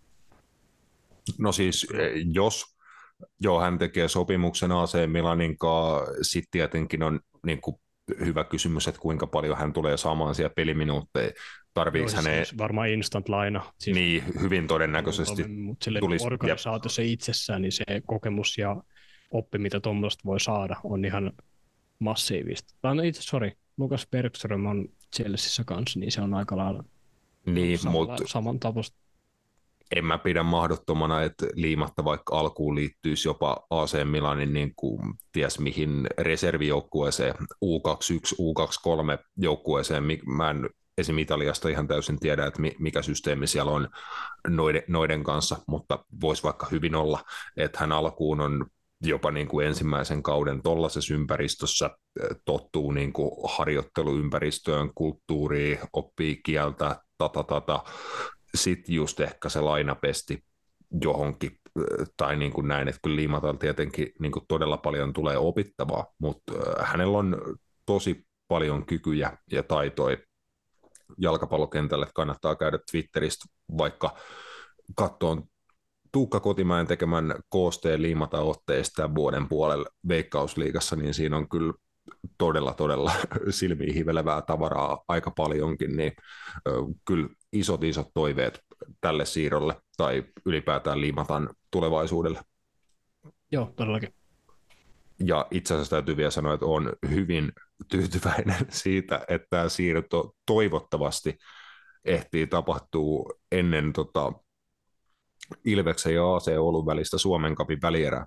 No siis, jos joo, hän tekee sopimuksen A C Milanin kanssa, sitten tietenkin on niin kuin hyvä kysymys, että kuinka paljon hän tulee saamaan siellä peliminuutteja. Tarviiko hänen... Varmaan instant laina. Siis niin, hyvin todennäköisesti. Mutta sille tulisi... organisaatiossa itsessään, niin se kokemus ja oppi, mitä tuommoista voi saada, on ihan massiivista. Tai no itse, sori, Lukas Bergström on Chelseassa kanssa, niin se on aika lailla niin, samalla, mut... saman taposta. En mä pidä mahdottomana, että liimatta vaikka alkuun liittyisi jopa A C Milanin niin kuin ties mihin reservijoukkueeseen, U kaksikymmentäyksi, U kaksikymmentäkolme joukkueeseen. Mä en esim. Italiasta ihan täysin tiedä, että mikä systeemi siellä on noiden, noiden kanssa, mutta voisi vaikka hyvin olla, että hän alkuun on jopa niin kuin ensimmäisen kauden tollaisessa ympäristössä, tottuu niin kuin harjoitteluympäristöön, kulttuuriin, oppii kieltä, tata, tata. Sitten just ehkä se lainapesti johonkin, tai niin kuin näin, että kyllä Liimatalla tietenkin niin kuin todella paljon tulee opittavaa, mutta hänellä on tosi paljon kykyjä ja taitoja jalkapallokentälle. Kannattaa käydä Twitteristä vaikka katsoa Tuukka Kotimäen tekemän koosteen Liimata otteista vuoden puolella Veikkausliigassa, niin siinä on kyllä todella, todella silmiin hivelevää tavaraa aika paljonkin, niin kyllä isot, isot toiveet tälle siirrolle tai ylipäätään Liimatan tulevaisuudelle. Joo, todellakin. Ja itse asiassa täytyy vielä sanoa, että olen hyvin tyytyväinen siitä, että tämä siirto toivottavasti ehtii tapahtua ennen tota Ilveksen ja A C Oulun välistä Suomen cupin välierää.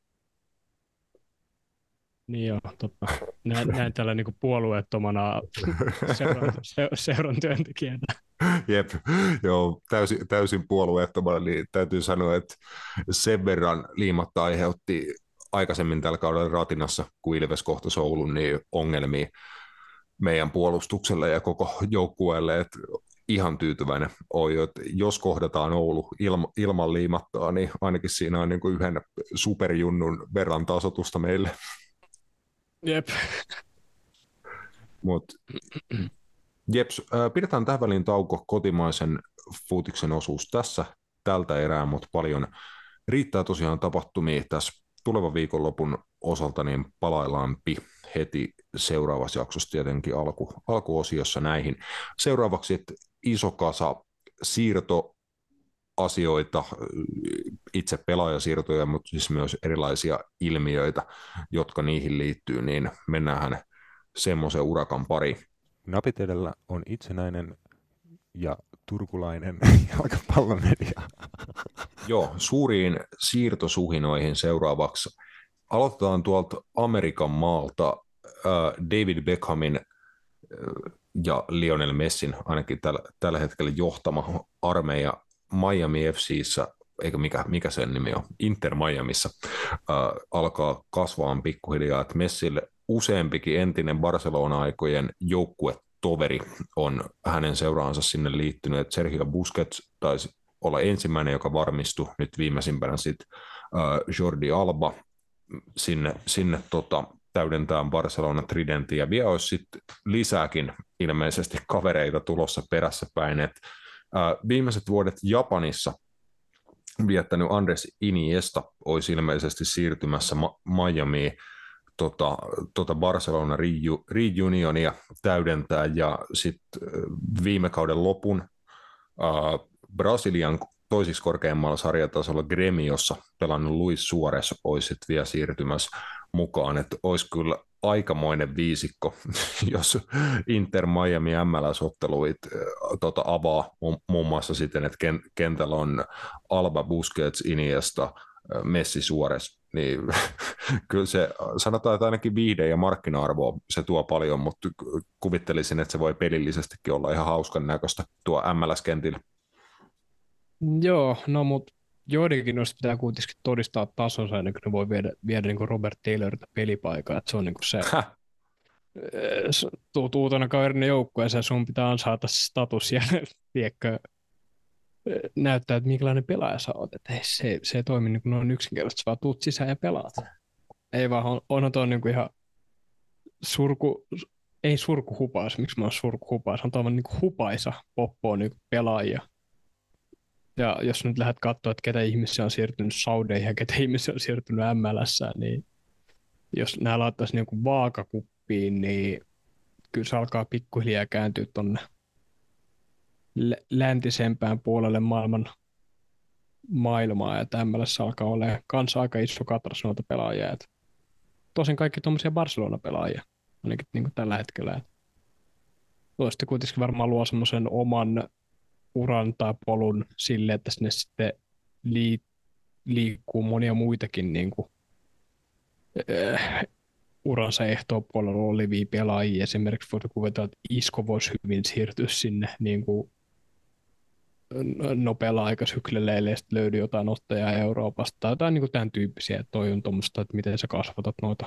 Niin joo, totta. Näin, näin tällä niin kuin puolueettomana seuran, se, seuran työntekijänä. Jep, joo, täysin, täysin puolueettomana, niin täytyy sanoa, että sen verran Liimatta aiheutti aikaisemmin tällä kaudella Ratinassa, kun Ilves kohtasi Oulun, niin ongelmia meidän puolustukselle ja koko joukkueelle, että ihan tyytyväinen olen, että jos kohdataan Oulu ilma, ilman Liimattaa, niin ainakin siinä on niin kuin yhden superjunnun verran tasotusta meille. Jep. Mut, jeps, pidetään tähän väliin tauko, kotimaisen futiksen osuus tässä tältä erää, mutta paljon riittää tosiaan tapahtumia tässä tulevan viikonlopun osalta, niin palaillaanpi heti seuraavassa jaksossa tietenkin alku, alkuosiossa näihin. Seuraavaksi iso kasa siirtoasioita, itse pelaajasiirtoja, mutta siis myös erilaisia ilmiöitä, jotka niihin liittyy, niin mennään semmoisen urakan pariin. Napit edellä on itsenäinen ja turkulainen jalkapallomedia. Joo, suuriin siirtosuhinoihin seuraavaksi. Aloitetaan tuolta Amerikan maalta David Beckhamin ja Lionel Messin ainakin tällä, tällä hetkellä johtama armeija Miami F C:ssä, eikä mikä, mikä sen nimi on, Inter Miamissa, äh, alkaa kasvaa pikkuhiljaa, että Messille useampikin entinen Barcelona-aikojen joukkuetoveri on hänen seuraansa sinne liittynyt. Sergio Busquets taisi olla ensimmäinen, joka varmistui, nyt viimeisimpänä sitten äh, Jordi Alba sinne, sinne tota, täydentää Barcelona Tridentia, ja vielä olisi sitten lisääkin ilmeisesti kavereita tulossa perässä päin. Et, äh, viimeiset vuodet Japanissa viettänyt Andres Iniesta olisi ilmeisesti siirtymässä Ma- Miamiin tota, tota Barcelona reunionia täydentää, ja sitten viime kauden lopun ää, Brasilian toisiksi korkeimmalla sarjatasolla Gremiossa pelannut Luis Suarez olisi sit vielä siirtymässä mukaan, että olisi kyllä aikamoinen viisikko, jos Inter Miami M L S-otteluit tota, avaa muun muassa siten, että kentällä on Alba, Busquets, Iniesta, Messi, Suarez, niin kyllä se, sanotaan, että ainakin viihde- ja markkina-arvoa se tuo paljon, mutta kuvittelisin, että se voi pelillisestikin olla ihan hauskan näköistä tuo M L S-kentillä. Joo, no mutta joidenkin noista pitää kuitenkin todistaa tasonsa ennen kuin ne voi viedä, viedä niin kuin Robert Taylorilta pelipaikaa, että se on niin kuin se tuut uutena kaverinen joukkueeseen, sun pitää ansaita se status ja tiedätkö, näyttää, että minkälainen pelaaja sä oot. Että ei, se, se ei toimi niin kuin noin yksinkertaisesti, vaan tuut sisään ja pelaat. Ei vaan, on, onhan tuo niin kuin ihan surku, ei surkuhupaisa, miksi mä oon surkuhupaisa, on tuollainen niin kuin hupaisa poppo niin kuin pelaajia. Ja jos nyt lähdet katsoa, että ketä ihmisiä on siirtynyt Saudeihin ja ketä ihmisiä on siirtynyt M L S:ään, niin jos nämä laittaisiin niin vaakakuppiin, niin kyllä se alkaa pikkuhiljaa kääntyä tuonne läntisempään puolelle maailman maailmaa, ja M L S alkaa olla kanssa aika iso katras noita pelaajia. Et tosin kaikki tuommoisia Barcelona-pelaajia, ainakin niin kuin tällä hetkellä. Tuo sitten kuitenkin varmaan luo semmoisen oman uran tai polun sille, että sinne sitten lii, liikkuu monia muitakin niin kuin, äh, uransa ehtoopuolella olevia pelaajia. Esimerkiksi voisi kuvitella, että Isco voisi hyvin siirtyä sinne niin kuin nopealla aikasyklellä, ja sitten löydy jotain ottajaa Euroopasta tai jotain niin kuin tämän tyyppisiä. Että toi on tuommoista, että miten sä kasvatat noita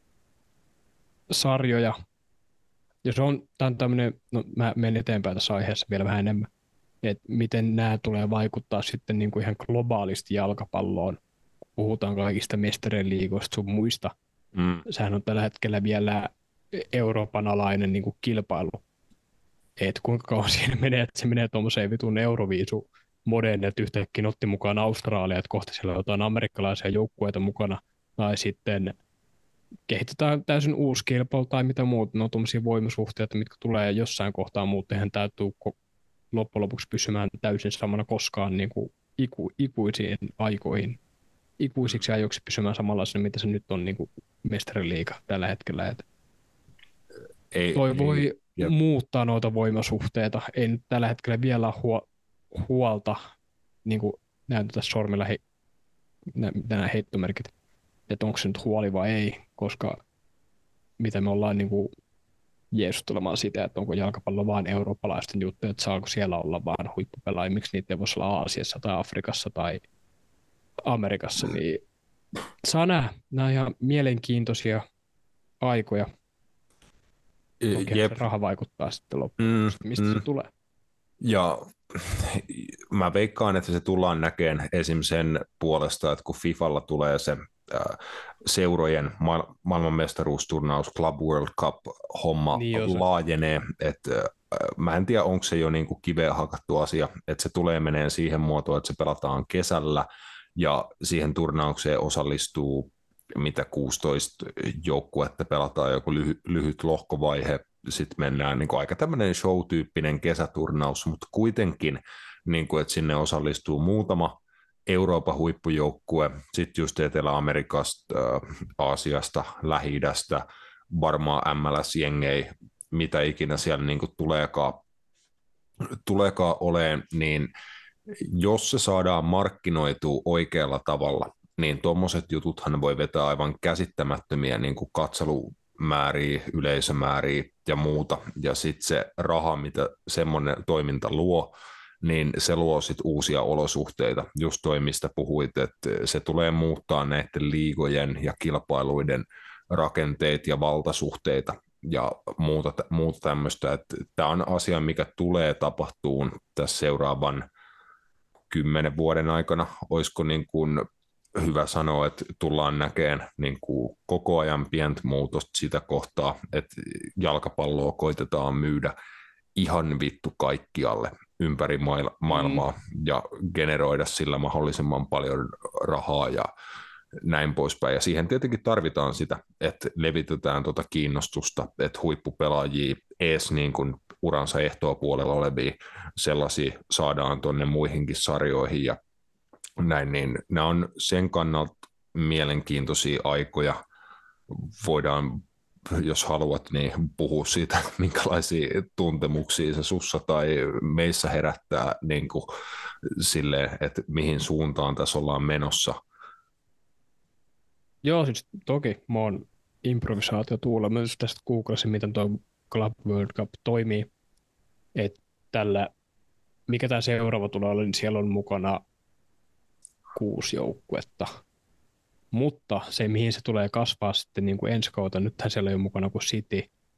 sarjoja. Ja se on, tämä on tämmöinen, no mä menen eteenpäin tässä aiheessa vielä vähän enemmän, että miten nämä tulee vaikuttaa sitten niin kuin ihan globaalisti jalkapalloon. Puhutaan kaikista mestarien liigoista sun muista. Mm. Sehän on tällä hetkellä vielä Euroopan alainen niin kuin kilpailu. Et kuinka kauan siinä menee, että se menee tuommoiseen vitun Euroviisu modeen, että yhtäkkiä otti mukaan Australia, että kohta siellä on jotain amerikkalaisia joukkueita mukana, tai sitten kehitetään täysin uusi kilpailu tai mitä muuta. Ne on tuommoisia voimasuhteita, mitkä tulee jossain kohtaa, mutta eihän täytyy loppujen lopuksi pysymään täysin samana koskaan niin kuin iku, ikuisiin aikoihin. Ikuisiksi ajoiksi pysymään samanlaisena, mitä se nyt on niin kuin mestariliiga tällä hetkellä. Et ei, toi ei, voi ei, muuttaa noita voimasuhteita. Ei nyt tällä hetkellä vielä huo, huolta, niin kuin näytetä sormilla he, nä, nämä heittomerkit, että onko se nyt huoli vai ei, koska mitä me ollaan niin kuin jeesustelemaan sitä, että onko jalkapallo vaan eurooppalaisten juttuja, että saako siellä olla vaan huippupelaajia, miksi niitä ei voisi olla Aasiassa tai Afrikassa tai Amerikassa, niin saa nähdä. Nämä on ihan mielenkiintoisia aikoja. Toki se raha vaikuttaa sitten loppuun, mm, mistä mm. se tulee. Ja mä veikkaan, että se tullaan näkemään esim. Sen puolesta, että kun Fifalla tulee se äh, seurojen ma- maailmanmestaruusturnaus, Club World Cup-homma niin laajenee, että äh, mä en tiedä, onko se jo niin kuin kiveen hakattu asia, että se tulee meneen siihen muotoon, että se pelataan kesällä, ja siihen turnaukseen osallistuu mitä kuusitoista joukkuetta, pelataan joku lyhy- lyhyt lohkovaihe, sitten mennään niin kuin aika tämmöinen show-tyyppinen kesäturnaus, mutta kuitenkin, niin kuin, että sinne osallistuu muutama Euroopan huippujoukkue, sitten just Etelä-Amerikasta, Aasiasta, Lähi-idästä, varmaan M L S-jengei, mitä ikinä siellä niin kuin tuleekaan, tuleekaan oleen, niin jos se saadaan markkinoitua oikealla tavalla, niin tuommoiset jututhan voi vetää aivan käsittämättömiä niin kuin katselumääriä, yleisömääriä ja muuta. Ja sitten se raha, mitä semmoinen toiminta luo, niin se luo sitten uusia olosuhteita. Just toi, mistä puhuit, että se tulee muuttaa näiden liigojen ja kilpailuiden rakenteet ja valtasuhteita ja muuta, muuta tämmöistä. Tämä on asia, mikä tulee tapahtuun tässä seuraavan kymmenen vuoden aikana. Olisiko niin kuin hyvä sanoa, että tullaan näkemään niin kuin koko ajan pientä muutosta sitä kohtaa, että jalkapalloa koitetaan myydä ihan vittu kaikkialle. ympäri maailmaa mm. ja generoida sillä mahdollisimman paljon rahaa ja näin poispäin. Ja siihen tietenkin tarvitaan sitä, että levitetään tuota kiinnostusta, että huippupelaajia ees niin kuin uransa ehtoopuolella olevia sellaisia saadaan tuonne muihinkin sarjoihin ja näin, niin nämä on sen kannalta mielenkiintoisia aikoja. Voidaan, jos haluat, niin puhua siitä, minkälaisia tuntemuksia se sussa tai meissä herättää niin kuin silleen, että mihin suuntaan tässä ollaan menossa. Joo, siis toki mä oon improvisaatiotuulla. Mä just tästä googlasin, miten tuo Club World Cup toimii. Että tällä, mikä tämä seuraava tulee olla, niin siellä on mukana kuusi joukkuetta. Mutta se, mihin se tulee kasvaa sitten niin kuin ensi kautta, nythän siellä ei ole mukana kuin City.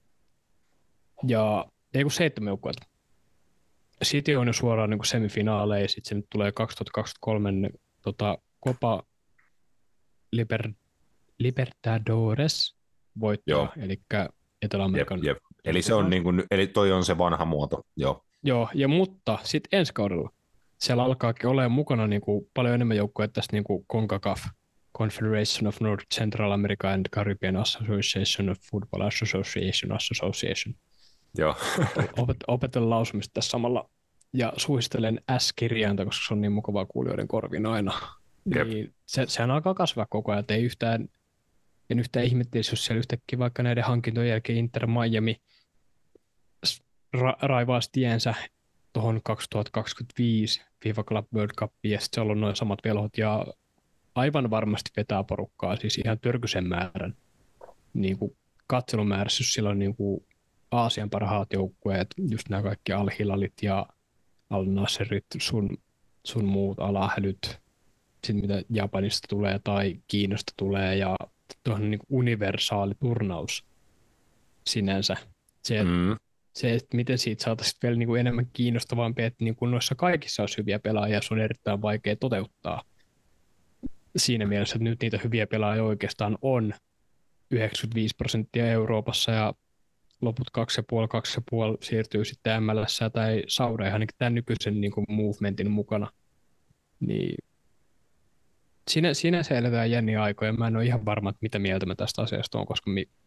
Ja ei kun seitsemän joukkuetta. City on jo suoraan niin kuin semifinaaleja, sitten se nyt tulee kaksituhattakaksikymmentäkolme tota, Copa Liber, Libertadores voittaja, eli Etelä-Amerikan. Jep, jep. Eli, se on niin kuin, eli toi on se vanha muoto, joo. Joo, ja mutta sitten ensi kaudella siellä alkaakin olemaan mukana niin kuin paljon enemmän joukkoja tästä niin kuin CONCACAF, Confederation of North Central America and Caribbean Association of Football Association Association. Joo. Opet, opetan lausumista tässä samalla ja suosittelen S-kirjainta, koska se on niin mukavaa kuulijoiden korviin aina. Niin se, sehän alkaa kasvaa koko ajan, ei yhtään, en yhtään ihmettelisi, jos siellä yhtäkkiä vaikka näiden hankintojen jälkeen Inter Miami ra- raivaisi tiensä tuohon kaksituhattakaksikymmentäviisi FIFA Club World Cupiin, ja sitten siellä on noin samat velhot, ja aivan varmasti vetää porukkaa, siis ihan törkyisen määrän niin kuin katselumäärässä, jos siellä on niin kuin Aasian parhaat joukkueet, just nämä kaikki Al-Hilalit ja Al-Nasserit, sun, sun muut alahälyt, sitten mitä Japanista tulee tai Kiinasta tulee, ja tuohon niin kuin universaali turnaus sinänsä. Se, mm. se että miten siitä saataisiin vielä niin kuin enemmän kiinnostavampia, että niin kuin noissa kaikissa olisi hyviä pelaajia, se on erittäin vaikea toteuttaa. Siinä mielessä, että nyt niitä hyviä pelaajia oikeastaan on yhdeksänkymmentäviisi prosenttia Euroopassa ja loput kaksi pilkku viisi kaksi pilkku viisi siirtyy sitten M L S tai Saudeihin ainakin tämän nykyisen niin kuin movementin mukana. Niin siinä, siinä se eletään jänniä aikoja. Mä en ole ihan varma, että mitä mieltä mä tästä asiasta on, koska mi,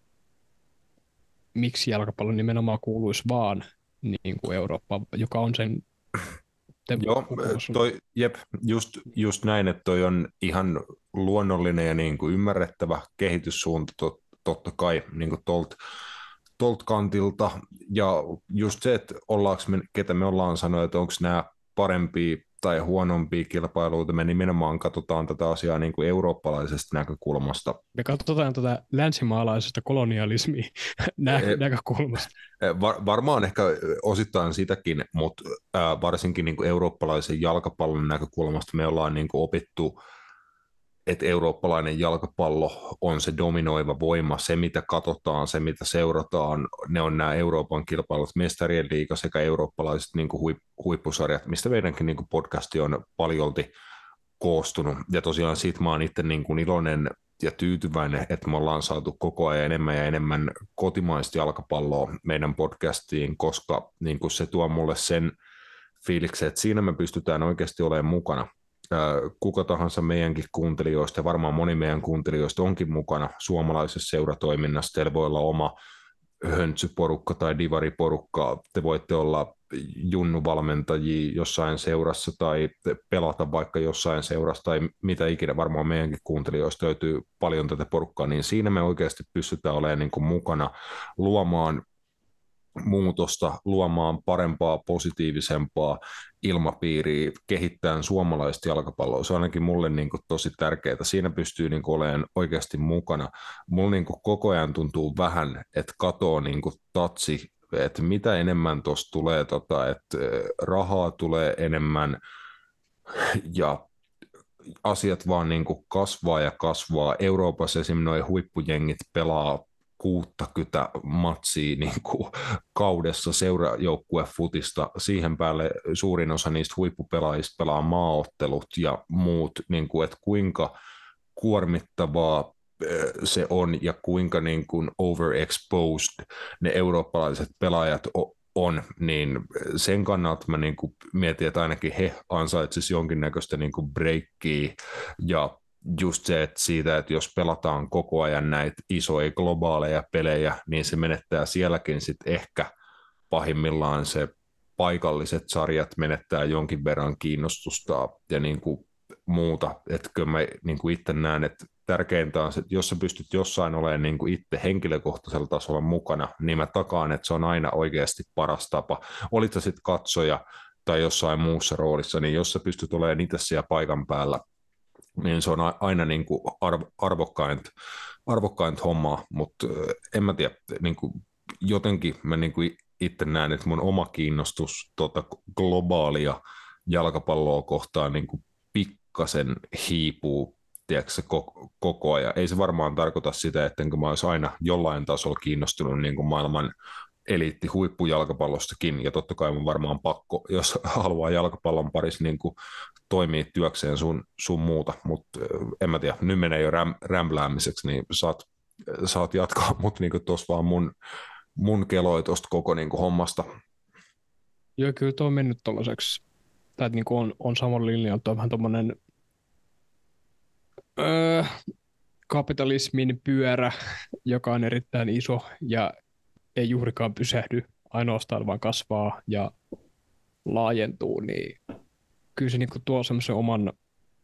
miksi jalkapallo nimenomaan kuuluisi vaan niin kuin Eurooppaan, joka on sen Joo, toi, jep, just, just näin, että toi on ihan luonnollinen ja niin kuin ymmärrettävä kehityssuunta tot, totta kai niin kuin tolt, tolt kantilta. Ja just se, että ollaanko me, ketä me ollaan sanoa, että onko nämä parempia tai huonompia kilpailuita, me nimenomaan katsotaan tätä asiaa niin kuin eurooppalaisesta näkökulmasta. Me katsotaan tätä länsimaalaisesta kolonialismia nä- e, näkökulmasta. Var, varmaan ehkä osittain sitäkin, mutta ää, varsinkin niin kuin eurooppalaisen jalkapallon näkökulmasta me ollaan niin kuin opittu, että eurooppalainen jalkapallo on se dominoiva voima, se mitä katsotaan, se mitä seurataan, ne on nämä Euroopan kilpailut, mestarien liiga sekä eurooppalaiset niin kuin huip, huippusarjat, mistä meidänkin niin kuin podcasti on paljolti koostunut. Ja tosiaan siitä mä oon itse niin kuin iloinen ja tyytyväinen, että me ollaan saatu koko ajan enemmän ja enemmän kotimaista jalkapalloa meidän podcastiin, koska niin kuin se tuo mulle sen fiiliksen, että siinä me pystytään oikeasti olemaan mukana. Kuka tahansa meidänkin kuuntelijoista, ja varmaan moni meidän kuuntelijoista onkin mukana suomalaisessa seuratoiminnassa. Teillä voi olla oma höntsyporukka tai divariporukka. Te voitte olla junnuvalmentajia jossain seurassa tai pelata vaikka jossain seurassa tai mitä ikinä. Varmaan meidänkin kuuntelijoista löytyy paljon tätä porukkaa, niin siinä me oikeasti pystytään olemaan niin kuin mukana luomaan muutosta, luomaan parempaa, positiivisempaa ilmapiiriä, kehittämään suomalaista jalkapalloa. Se on ainakin mulle niin kuin tosi tärkeää. Siinä pystyy niin kuin olemaan oikeasti mukana. Mulla niin kuin koko ajan tuntuu vähän, että katoo niin kuin tatsi, että mitä enemmän tuossa tulee, tota, että rahaa tulee enemmän ja asiat vaan niin kuin kasvaa ja kasvaa. Euroopassa esimerkiksi nuo huippujengit pelaa kuusikymmentä matsia niin kuin kaudessa seurajoukkuefutista. Siihen päälle suurin osa niistä huippupelaajista pelaa maaottelut ja muut, niin kuin, että kuinka kuormittavaa se on ja kuinka niin kuin overexposed ne eurooppalaiset pelaajat on, niin sen kannalta mä niin kuin mietin, että ainakin he ansaitsisivat jonkinnäköistä niin kuin breikkiä ja just se, että siitä, että jos pelataan koko ajan näitä isoja globaaleja pelejä, niin se menettää sielläkin sitten ehkä pahimmillaan se paikalliset sarjat menettää jonkin verran kiinnostusta ja niin kuin muuta. Että kyllä mä niin kuin itse näen, että tärkeintä on se, että jos sä pystyt jossain olemaan niin kuin itse henkilökohtaisella tasolla mukana, niin mä takaan, että se on aina oikeasti paras tapa. Olit sä sitten katsoja tai jossain muussa roolissa, niin jos sä pystyt olemaan itse siellä paikan päällä, niin se on aina niin kuin arv- arvokkainta, arvokkainta hommaa, mutta en mä tiedä, niin kuin jotenkin mä niin kuin itse näen, että mun oma kiinnostus tuota globaalia jalkapalloa kohtaan niin kuin pikkasen hiipuu tiedätkö, koko ajan. Ei se varmaan tarkoita sitä, ettenkö mä olisi aina jollain tasolla kiinnostunut niin kuin maailman eliitti huippujalkapallostakin, ja totta kai on varmaan pakko, jos haluaa jalkapallon parissa niin kuin toimii työkseen sun, sun muuta, mutta en mä tiedä, nyt menee jo räm, rämpläämiseksi, niin saat, saat jatkaa, mutta niin tuossa vaan mun, mun keloi tuosta koko niin kuin hommasta. Joo, kyllä tuo on mennyt tuollaiseksi, tai niin kuin on, on samalla linjalla, tuo on vähän tuommoinen öö, kapitalismin pyörä, joka on erittäin iso ja ei juurikaan pysähdy, ainoastaan vaan kasvaa ja laajentuu, niin kyllä se niin kuin tuo semmoisen oman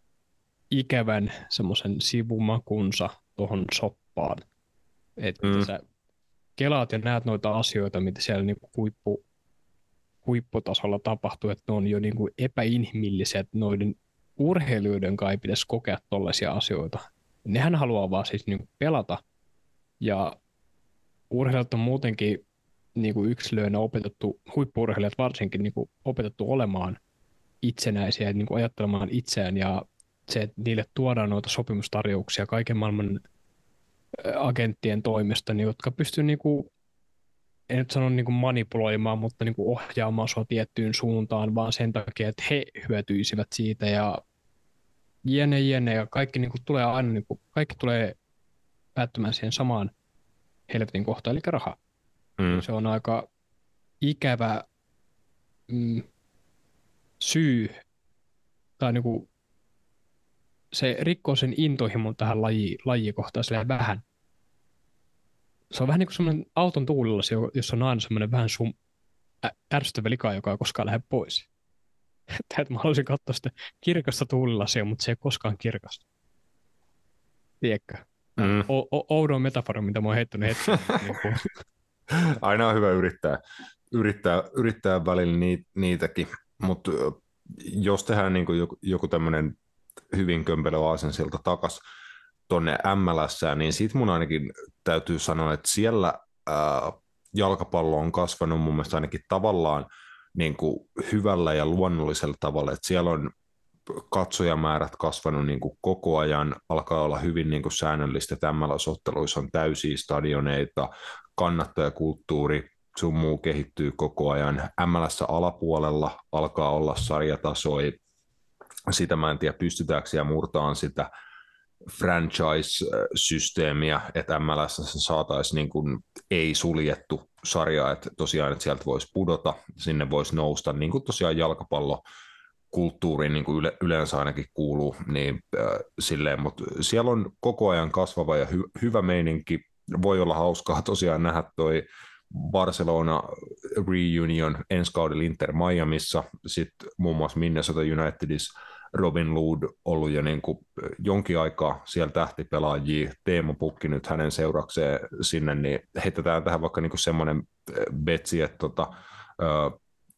ikävän semmoisen sivumakunsa tuohon soppaan. Että mm. sä kelaat ja näet noita asioita, mitä siellä niin kuin huippu, huipputasolla tapahtuu, että ne on jo niin kuin epäinhimilliset, noiden urheilijoiden kai ei pitäisi kokea tollaisia asioita. Nehän haluaa vaan siis niin kuin pelata, ja urheilijat on muutenkin niin kuin yksilöinä opetettu, huippu-urheilijat varsinkin niin kuin opetettu olemaan itsenäisiä, niin kuin ajattelemaan itseään, ja se, että niille tuodaan noita sopimustarjouksia kaiken maailman agenttien toimesta, niin jotka pystyy, niin kuin, en nyt sano niin kuin manipuloimaan, mutta niin kuin ohjaamaan sua tiettyyn suuntaan, vaan sen takia, että he hyötyisivät siitä, ja jene, jene, ja kaikki niin kuin tulee aina, niin kuin, kaikki tulee päättymään siihen samaan helvetin kohtaan, eli raha. Mm. Se on aika ikävä mm, syy, tai niin kuin se rikkoo sen intohimon tähän laji, lajikohtaan vähän. Se on vähän niin kuin semmoinen auton tuulillasi, jossa on aina semmoinen vähän sum, ä, ärsyttävä lika, joka ei koskaan lähde pois. Että mä haluaisin katsoa sitä kirkasta tuulilasia, mutta se ei koskaan kirkasta. Tiedätkö? Mm. O- o- oudon metafora, mitä mä oon heittänyt hetken. niin Aina on hyvä yrittää, yrittää, yrittää välillä niit, niitäkin, mutta jos tehdään niin kuin joku, joku tämmöinen hyvin kömpelö aasensilta takas tuonne M L S:ään, niin siitä mun ainakin täytyy sanoa, että siellä ää, jalkapallo on kasvanut mun mielestä ainakin tavallaan niin kuin hyvällä ja luonnollisella tavalla, että siellä on katsojamäärät kasvanut niin kuin koko ajan, alkaa olla hyvin niin kuin säännöllistä, että M L S-otteluissa on täysiä stadioneita, kannattajakulttuuri, sun muu kehittyy koko ajan. M L S-alapuolella alkaa olla sarjatasoja, sitä mä en tiedä, pystytäänkö siellä murtaan sitä franchise-systeemiä, että M L S saataisiin niin kuin ei-suljettu sarja, että tosiaan että sieltä voisi pudota, sinne voisi nousta, niin kuin tosiaan jalkapallokulttuuriin niin kuin yle, yleensä ainakin kuuluu, niin äh, silleen, mutta siellä on koko ajan kasvava ja hy, hyvä meininki, voi olla hauskaa tosiaan nähdä toi Barcelona reunion ensi kaudella Inter Miamissa, sitten muun muassa Minnesota Unitedissa Robin Lood ollut jo niin kuin jonkin aikaa siellä tähtipelaajia, Teemu Pukki nyt hänen seurakseen sinne, niin heitetään tähän vaikka niin kuin semmoinen betsi, että tota, ö,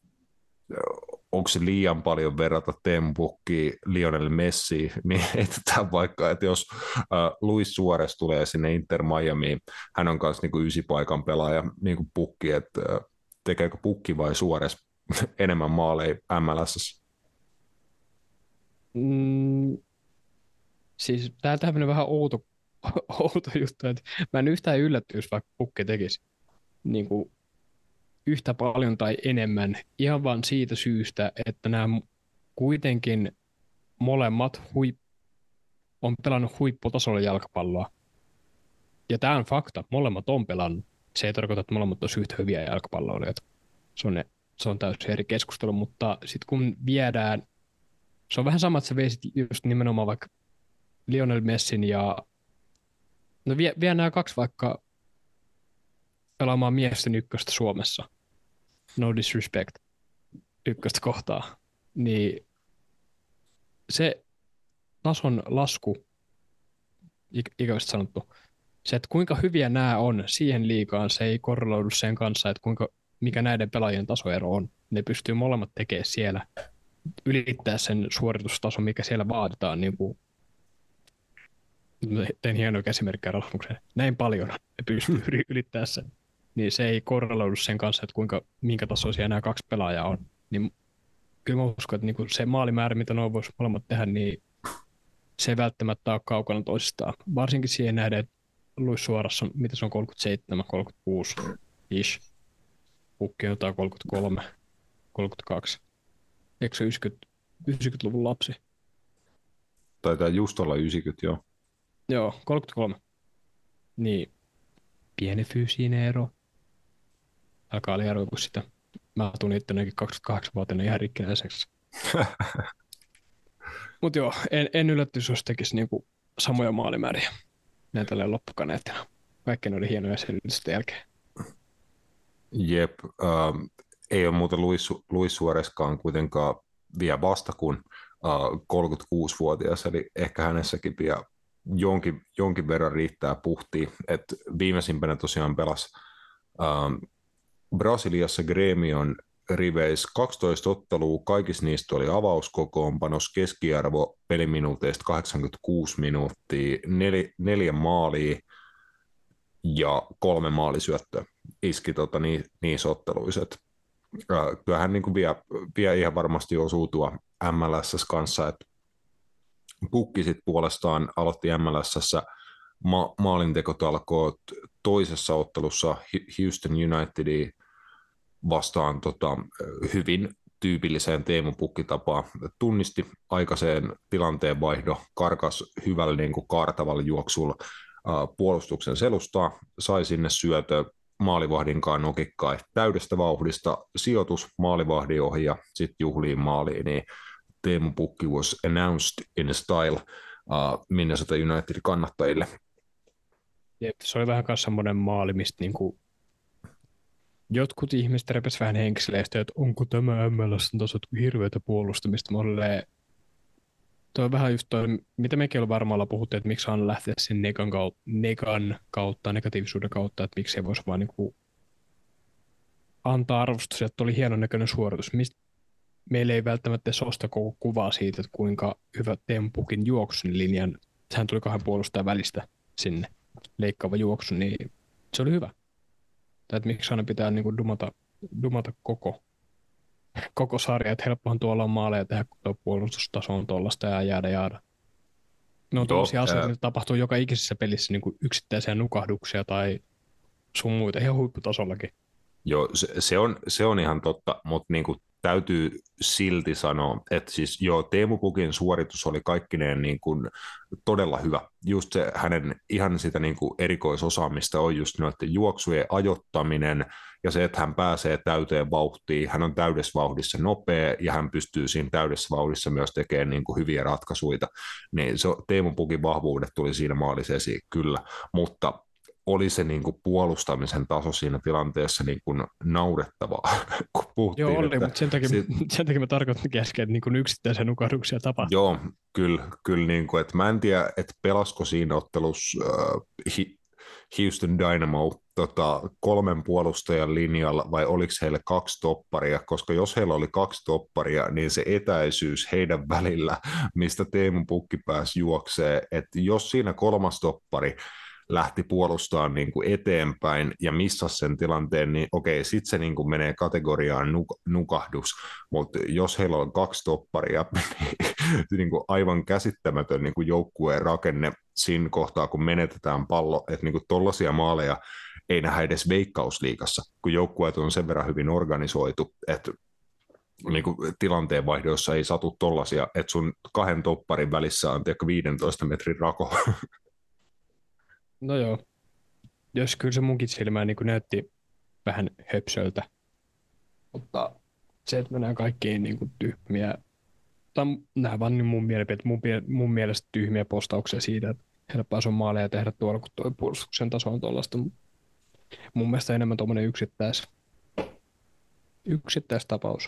onko se liian paljon verrata Teemu Pukkiin Lionel Messiin, niin heitetään vaikka, että jos äh, Luis Suarez tulee sinne Inter Miamiin, hän on kanssa niin kuin ysipaikan pelaaja, niin kuin Pukki, että äh, tekeekö Pukki vai Suarez enemmän maaleja M L S? Mm, siis tää on tämmöinen vähän outo, outo juttu, että mä en yhtään yllättyisi, vaikka Pukki tekisi niin kuin yhtä paljon tai enemmän, ihan vaan siitä syystä, että nämä kuitenkin molemmat huip, on pelannut huipputasolla jalkapalloa. Ja tämä on fakta, molemmat on pelannut. Se ei tarkoita, että molemmat olisi yhtä hyviä jalkapalloilijoita. se on, ne, se on täysin eri keskustelu, mutta sitten kun viedään, se on vähän sama, että sä veisit just nimenomaan vaikka Lionel Messin ja no vie, vie nämä kaksi vaikka pelaamaan miesten ykköstä Suomessa, no disrespect, ykköstä kohtaa, niin se tason lasku, ik- ikävästi sanottu, se, että kuinka hyviä nämä on siihen liigaan, se ei korreloidu sen kanssa, että kuinka, mikä näiden pelaajien tasoero on. Ne pystyy molemmat tekemään siellä, ylittää sen suoritustason, mikä siellä vaaditaan. Niin kuin, tein hienoa esimerkkiä Rasmuksen. Näin paljon ne pystyy ylittämään sen. Niin se ei korreloidu sen kanssa, että kuinka, minkä tasoisia nämä kaksi pelaajaa on. Niin kyllä mä uskon, että niin kuin se maalimäärä, mitä noin voisi molemmat tehdä, niin se ei välttämättä ole kaukana toisistaan. Varsinkin siihen nähden, että Luis Suorassa, mitä se on, kolmekymmentäseitsemän, kolmekymmentäkuusi ish. Pukki on jotain kolmekymmentäkolme, kolmekymmentäkaksi. Eikö se yhdeksänkymmentä, yhdeksänkymmentäluvun lapsi? Taitaa just olla yhdeksänkymmentä, joo. Joo, kolmekymmentäkolme. Niin, pieni fyysinen ero. Älkää aliarvoiko sitä. Mä tulin ittenäkin kaksikymmentäkahdeksan-vuotiaana ihan rikkinäiseksi. Mut joo, en, en yllättyisi, jos tekisi niinku samoja maalimääriä. Näin tälleen loppukaneettina. Kaikki ne oli hienoja selvitysten jälkeen. Jep, ähm, ei ole muuten Luis, Luis Suarezkaan kuitenkaan vielä vasta kuin äh, kolmekymmentäkuusivuotias, eli ehkä hänessäkin vielä jonkin, jonkin verran riittää puhtia. Et viimeisimpänä tosiaan pelasi ähm, Brasiliassa Gremion riveissä kaksitoista ottelua, kaikissa niistä oli avauskokoonpanos, keskiarvo peliminuuteista kahdeksankymmentäkuusi minuuttia, nel, neljä maalia ja kolme maalisyöttöä iski tota, ni, niissä otteluissa. Kyllä hän niin vie, vie ihan varmasti osuu tuo M L S kanssa, että Pukki sit puolestaan aloitti M L S:ssä ma- maalintekotalkoot toisessa ottelussa Houston Unitedia vastaan tota, hyvin tyypilliseen Teemu Pukki-tapaan. Tunnisti aikaiseen tilanteen vaihdo, karkas hyvällä niin kuin kaartavalla juoksulla uh, puolustuksen selustaa, sai sinne syötö maalivahdinkaan nokikkaa täydestä vauhdista, sijoitus maalivahdin ohi ja sitten juhliin maaliin, niin Teemu Pukki was announced in style uh, Minnesota United kannattajille. Jep, se oli vähän myös semmoinen maali, mistä niinku jotkut ihmiset repes vähän henkseleistä, että onko tämä M L S:n tasot hirveätä puolustamista. Mä olin, toi on vähän just toi, mitä mekin on varmaan puhuttu, että miksi on lähteä sen negan kautta, negan kautta, negatiivisuuden kautta, että miksi ei voisi vaan niinku antaa arvostus, että oli hienon näköinen suoritus. Mist, meillä ei välttämättä sosta koko kuvaa siitä, että kuinka hyvä Teemu Pukin juoksun linjan, sehän tuli kahden puolustajan välistä sinne leikkaava juoksu, niin se oli hyvä. Tai että miksi aina pitää niin kuin dumata, dumata koko, koko sarja, että helppohan tuolla on maaleja tehdä, kun tuo puolustustaso on tuollaista ja jäädä jäädä. Ne on tuollaisia asioita, mitä tapahtuu joka ikisessä pelissä niin kuin yksittäisiä nukahduksia tai sun muita, ihan huipputasollakin. Joo, se, se, on, se on ihan totta, mutta niin kuin täytyy silti sanoa, että siis joo, Teemu Pukin suoritus oli kaikkineen niin kuin todella hyvä. Just se hänen ihan sitä niin kuin erikoisosaamista on just noiden juoksujen ajoittaminen ja se, että hän pääsee täyteen vauhtiin, hän on täydessä vauhdissa nopea ja hän pystyy siinä täydessä vauhdissa myös tekemään niin kuin hyviä ratkaisuja. Niin se, Teemu Pukin vahvuudet tuli siinä maalissa esiin, kyllä, mutta oli se niin kuin puolustamisen taso siinä tilanteessa niin kuin naurettavaa, kun puhuttiin. Joo, oli, että mutta sen takia, sit, sen takia mä tarkoitin äsken, että niin kuin yksittäisiä nukahduksia tapahtui. Joo, kyllä, kyllä niin kuin, että mä en tiedä, että pelasko siinä ottelussa äh, Houston Dynamo tota, kolmen puolustajan linjalla vai oliko heillä kaksi topparia, koska jos heillä oli kaksi topparia, niin se etäisyys heidän välillä, mistä Teemu Pukki pääsi juoksee, että jos siinä kolmas toppari lähti puolustamaan niin kuin eteenpäin ja missasi sen tilanteen, niin okei, sitten se niin kuin menee kategoriaan nuk- nukahdus, mutta jos heillä on kaksi topparia, niin, niin kuin aivan käsittämätön niin kuin joukkueen rakenne siinä kohtaa, kun menetetään pallo, että niin kuin tollaisia maaleja ei nähdä edes Veikkausliigassa, kun joukkueet on sen verran hyvin organisoitu, että niin kuin tilanteenvaihdoissa ei satu tollaisia, että sun kahden topparin välissä on tiedätkö, viidentoista metrin rako. No joo, jos kyllä se munkin silmään niin näytti vähän höpsöltä. se, että nämä kaikkiin niin kuin tyhmiä, tai nämä vaan niin mun, mielipiteet, mun, mun mielestä tyhmiä postauksia siitä, että helppoa on maaleja tehdä tuolla, kun tuo puolustuksen taso on tuollaista. Mun mielestä enemmän tuommoinen yksittäis, yksittäistapaus.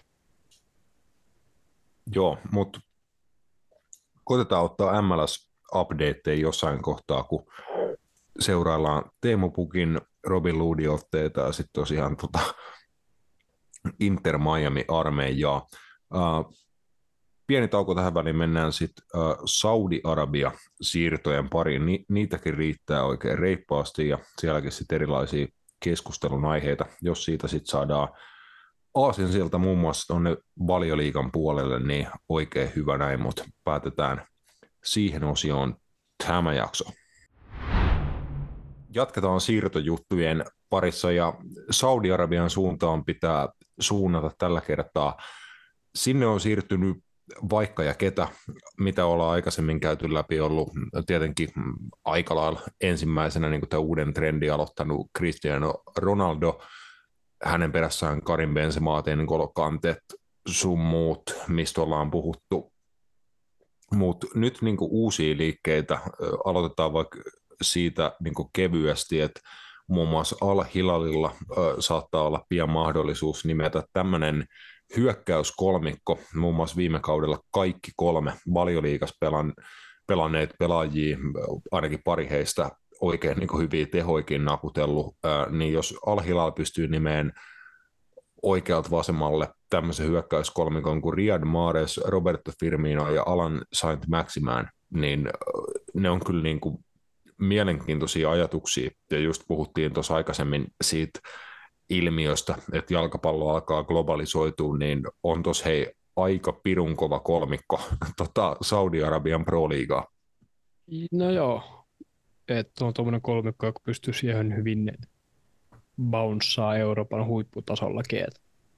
Joo, mutta koitetaan ottaa M L S-updateja jossain kohtaa, kun seuraillaan Teemu Pukin, Robin Loodin-otteita ja sitten tosiaan tota Inter Miami-armeijaa. Uh, pieni tauko tähän väliin, mennään sitten uh, Saudi-Arabia-siirtojen pariin. Ni- niitäkin riittää oikein reippaasti ja sielläkin sitten erilaisia keskustelun aiheita, jos siitä sitten saadaan aasin sieltä muun muassa tuonne Valioliigan puolelle, niin oikein hyvä näin, mutta päätetään siihen osioon tämä jakso. Jatketaan siirtojuttujen parissa ja Saudi-Arabian suuntaan pitää suunnata tällä kertaa. Sinne on siirtynyt vaikka ja ketä, mitä ollaan aikaisemmin käyty läpi, ollut tietenkin aika lailla ensimmäisenä niin kuin tämä uuden trendin aloittanut Cristiano Ronaldo, hänen perässään Karim Benzema, N'Golo Kanté, sun muut, mistä ollaan puhuttu. Mutta nyt niin kuin uusia liikkeitä, aloitetaan vaikka siitä niin kuin kevyesti, että muun muassa Al-Hilalilla äh, saattaa olla pian mahdollisuus nimetä tämmöinen hyökkäyskolmikko, muun muassa viime kaudella kaikki kolme Valioliigassa pelan, pelanneet pelaajia, ainakin pari heistä oikein niin kuin hyviä tehoikin naputellut, äh, niin jos Al-Hilal pystyy nimeen oikealta vasemmalle tämmöisen hyökkäyskolmikon kuin Riyad Mahrez, Roberto Firmino ja Alan Saint-Maximin, niin ne on kyllä niin kuin mielenkiintoisia ajatuksia, ja just puhuttiin tuossa aikaisemmin siitä ilmiöstä, että jalkapallo alkaa globalisoitua, niin on tuossa hei aika pirun kova kolmikko tota Saudi-Arabian Pro-liigaa. No joo, että on tuommoinen kolmikko, joka pystyy siihen hyvin bounceaa Euroopan huipputasollakin. Et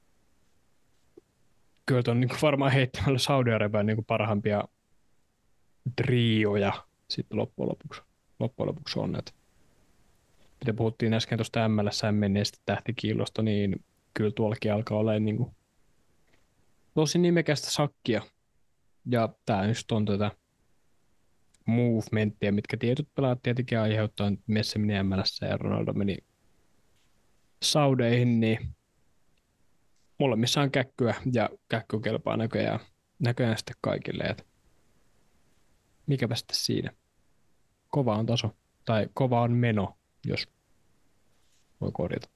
kyllä on niin varmaan heittämällä Saudi-Arabian niin parhaimpia trioja sitten loppujen lopuksi. loppujen lopuksi on. Että mitä puhuttiin äsken tuosta M L S:n menneestä tähtikiilosta, niin kyllä tuollakin alkaa olla niin kuin tosi nimekästä sakkia. Ja tämä just on tätä movementtia, mitkä tietyt pelaat tietenkin aiheuttaa. Messi meni M L S ja Ronaldo meni Saudeihin, niin molemmissa on käkkyä ja käkky kelpaa näköjään, näköjään sitten kaikille. Että mikäpä sitten siinä. Kova on taso, tai kova on meno, jos voi korjata.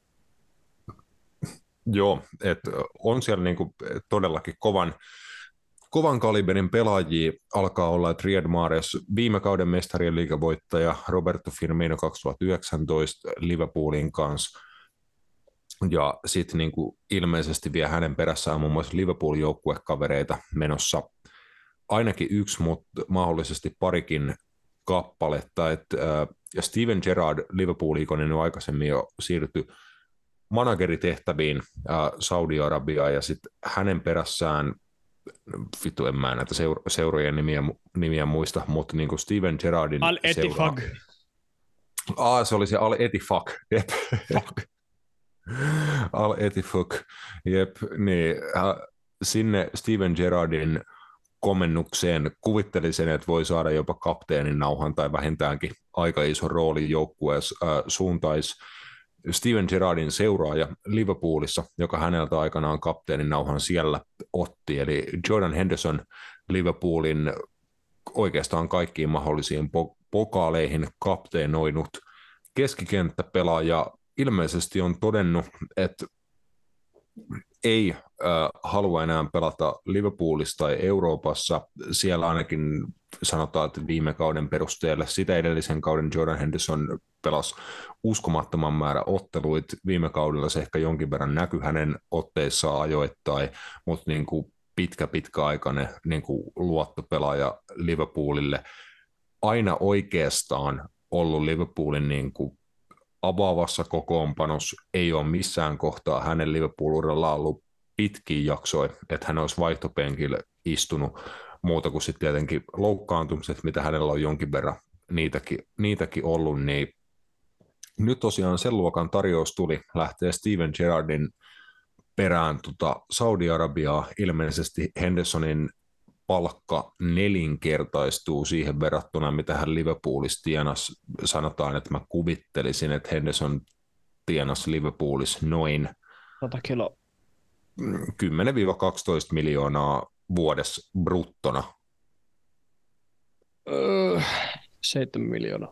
Joo, että on siellä niinku todellakin kovan, kovan kaliberin pelaajia alkaa olla, että Riyad Mahrez, viime kauden mestarien liigavoittaja, Roberto Firmino kaksituhattayhdeksäntoista Liverpoolin kanssa, ja sitten niinku ilmeisesti vielä hänen perässään muun muassa Liverpool-joukkuekavereita menossa ainakin yksi, mutta mahdollisesti parikin kappaletta, että äh, ja Steven Gerrard, Liverpool-ikonen, on aikaisemmin jo siirtyi manageritehtäviin äh, Saudi-Arabiaan, ja sitten hänen perässään, vittu en mä näitä seura- seurojen nimiä, nimiä muista, mutta niin kuin Steven Gerrardin Al-Ettifaq. Ah, se oli se Al-Ettifaq, jep. Al-Ettifaq, jep, niin äh, sinne Steven Gerrardin komennukseen kuvittelisin, että voi saada jopa kapteenin nauhan tai vähintäänkin aika iso rooli joukkueessa äh, suuntaisi Steven Gerrardin seuraaja Liverpoolissa, joka häneltä aikanaan kapteenin nauhan siellä otti, eli Jordan Henderson Liverpoolin oikeastaan kaikkiin mahdollisiin po- pokaaleihin kapteenoinut keskikenttäpelaaja ilmeisesti on todennut, että ei äh, halua enää pelata Liverpoolissa tai Euroopassa. Siellä ainakin sanotaan, että viime kauden perusteella sitä edellisen kauden Jordan Henderson pelasi uskomattoman määrä otteluita. Viime kaudella se ehkä jonkin verran näkyi hänen otteissaan ajoittain, mutta niin kuin pitkä, pitkäaikainen niin kuin luottopelaaja Liverpoolille. Aina oikeastaan ollut Liverpoolin niin kuin avaavassa kokoonpanossa, ei ole missään kohtaa hänen Liverpool-uralla ollut pitkiä jaksoja, että hän olisi vaihtopenkillä istunut, muuta kuin sitten tietenkin loukkaantumiset, mitä hänellä on jonkin verran niitäkin, niitäkin ollut, niin nyt tosiaan sen luokan tarjous tuli lähteä Steven Gerrardin perään tota Saudi-Arabiaa. Ilmeisesti Hendersonin palkka nelinkertaistuu siihen verrattuna, mitä hän Liverpoolissa tienasi. Sanotaan, että mä kuvittelisin, että Henderson tienasi Liverpoolissa noin sata kiloa. kymmenen kaksitoista miljoonaa vuodessa bruttona. Öö, seitsemän miljoonaa.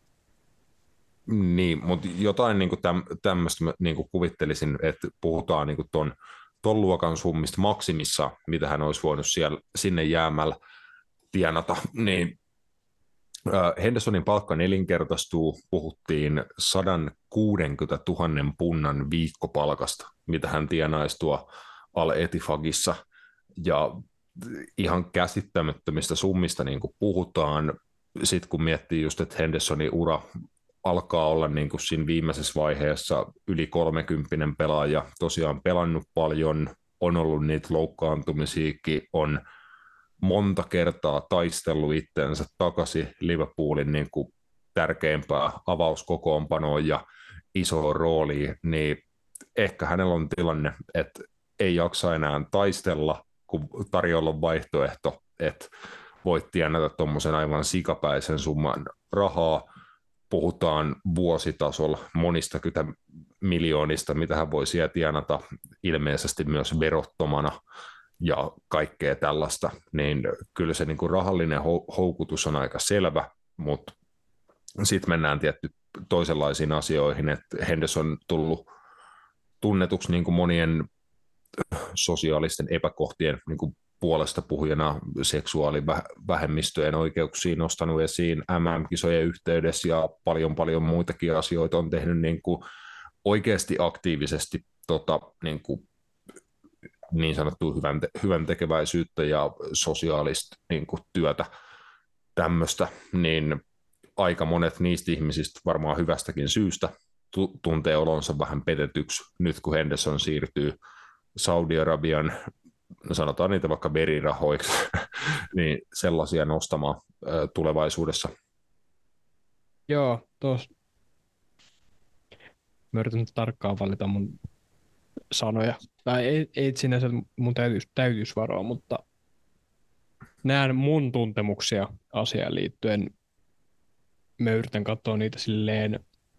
Niin, mutta jotain niin täm, tämmöistä niin kuvittelisin, että puhutaan niin ton, ton luokan summista maksimissa, mitä hän olisi voinut siellä, sinne jäämällä tienata. Niin, äh, Hendersonin palkka nelinkertaistuu, puhuttiin sata kuusikymmentätuhatta punnan viikkopalkasta, mitä hän tienaisi tuo Al-Etifagissa, ja ihan käsittämättömistä summista niin kuin puhutaan. Sitten kun miettii just, että Hendersonin ura alkaa olla niin kuin siinä viimeisessä vaiheessa yli kolmekymppinen pelaaja, tosiaan pelannut paljon, on ollut niitä loukkaantumisiakin, on monta kertaa taistellut itseensä takaisin Liverpoolin niin kuin tärkeimpää avauskokoonpanoa ja isoa roolia, niin ehkä hänellä on tilanne, että ei jaksa enää taistella, kun tarjolla on vaihtoehto, että voit tienata tuommoisen aivan sikapäisen summan rahaa. Puhutaan vuositasolla monista kytä miljoonista, mitä hän voi siellä tienata ilmeisesti myös verottomana ja kaikkea tällaista, niin kyllä se niin kuin rahallinen houkutus on aika selvä, mutta sitten mennään tietty toisenlaisiin asioihin, että Henderson on tullut tunnetuksi niin kuin monien sosiaalisten epäkohtien niin kuin puolesta puhujana, seksuaalivähemmistöjen oikeuksiin nostanut esiin M M-kisojen yhteydessä ja paljon paljon muitakin asioita on tehnyt niin kuin oikeasti aktiivisesti tota, niin, kuin niin sanottua hyvän, te- hyvän tekeväisyyttä ja sosiaalista niin kuin työtä tämmöistä, niin aika monet niistä ihmisistä varmaan hyvästäkin syystä tu- tuntee olonsa vähän petetyksi nyt, kun Henderson siirtyy Saudi-Arabian, no sanotaan niitä vaikka verirahoiksi, niin sellaisia nostamaan ö, tulevaisuudessa. Joo, tuossa. Mä yritän nyt tarkkaan valita mun sanoja. Tai ei, ei sinänsä mun täytyisi, täytyisi varoa, mutta näen mun tuntemuksia asiaan liittyen. Mä yritän katsoa niitä silleen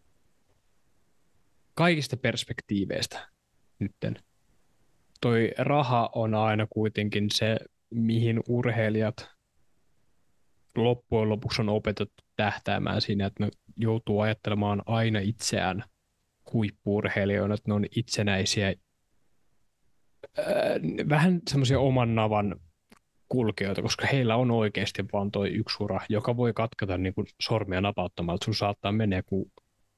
kaikista perspektiiveistä nytten. Toi raha on aina kuitenkin se, mihin urheilijat loppujen lopuksi on opetettu tähtäämään siinä, että ne joutuu ajattelemaan aina itseään huippu-urheilijoina, että ne on itsenäisiä, vähän semmoisia oman navan kulkijoita, koska heillä on oikeasti vaan toi yksi ura, joka voi katketa niin kuin sormia napauttamalla. Sun saattaa mennä joku,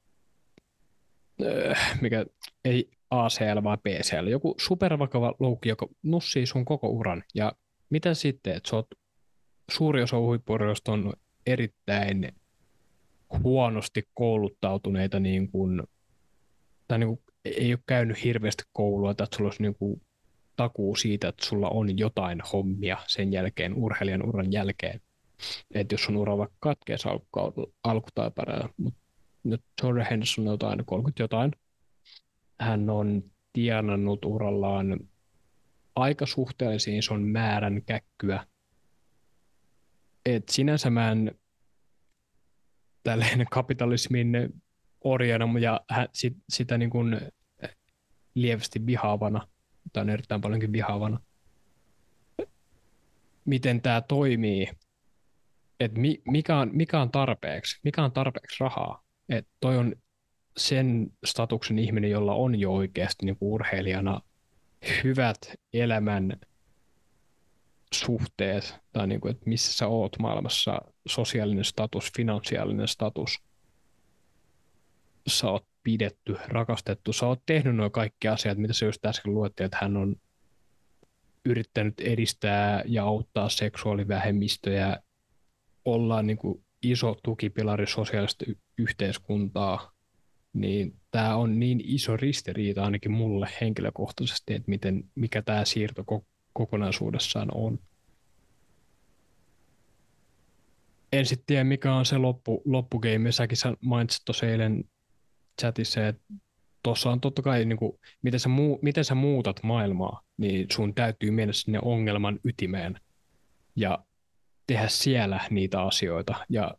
mikä ei A C L vaan P C L, joku supervakava loukki, joka nussii sun koko uran. Ja mitä sitten, että sä oot, suuri osa huippu-urheilijoista on erittäin huonosti kouluttautuneita, niin kuin, tai niin kuin, ei ole käynyt hirveästi koulua, että sulla olisi niin kuin takuu siitä, että sulla on jotain hommia sen jälkeen, urheilijan uran jälkeen. Että jos sun ura vaikka katkeisi alku, alkutaipaleella, mutta nyt Jordan Henderson on jotain kolmekymmentä jotain. Hän on tienannut urallaan aika suhteellisen ison määrän käkkyä. Et sinänsä mä en tällainen kapitalismin orjana ja sit, sitä niin kuin lievästi vihaavana, tai on erittäin paljonkin vihaavana, miten tämä toimii, että mi, mikä, on, mikä on tarpeeksi, mikä on tarpeeksi rahaa. Että toi on sen statuksen ihminen, jolla on jo oikeasti niin kuin urheilijana hyvät elämän suhteet, tai niin kuin, että missä sä oot maailmassa, sosiaalinen status, finansiaalinen status, sä oot pidetty, rakastettu, sä oot tehnyt nuo kaikki asiat, mitä sä just äsken luettiin, että hän on yrittänyt edistää ja auttaa seksuaalivähemmistöjä, ollaan niin kuin iso tukipilari sosiaalista y- yhteiskuntaa, niin tämä on niin iso ristiriita ainakin mulle henkilökohtaisesti, että miten, mikä tämä siirto ko- kokonaisuudessaan on. En sitten tiedä, mikä on se loppu, loppugeimi. Säkin mainitsit tuossa eilen chatissa, että tuossa on totta kai, niin kuin, miten, sä muu, miten sä muutat maailmaa, niin sun täytyy mennä sinne ongelman ytimeen ja tehdä siellä niitä asioita. Ja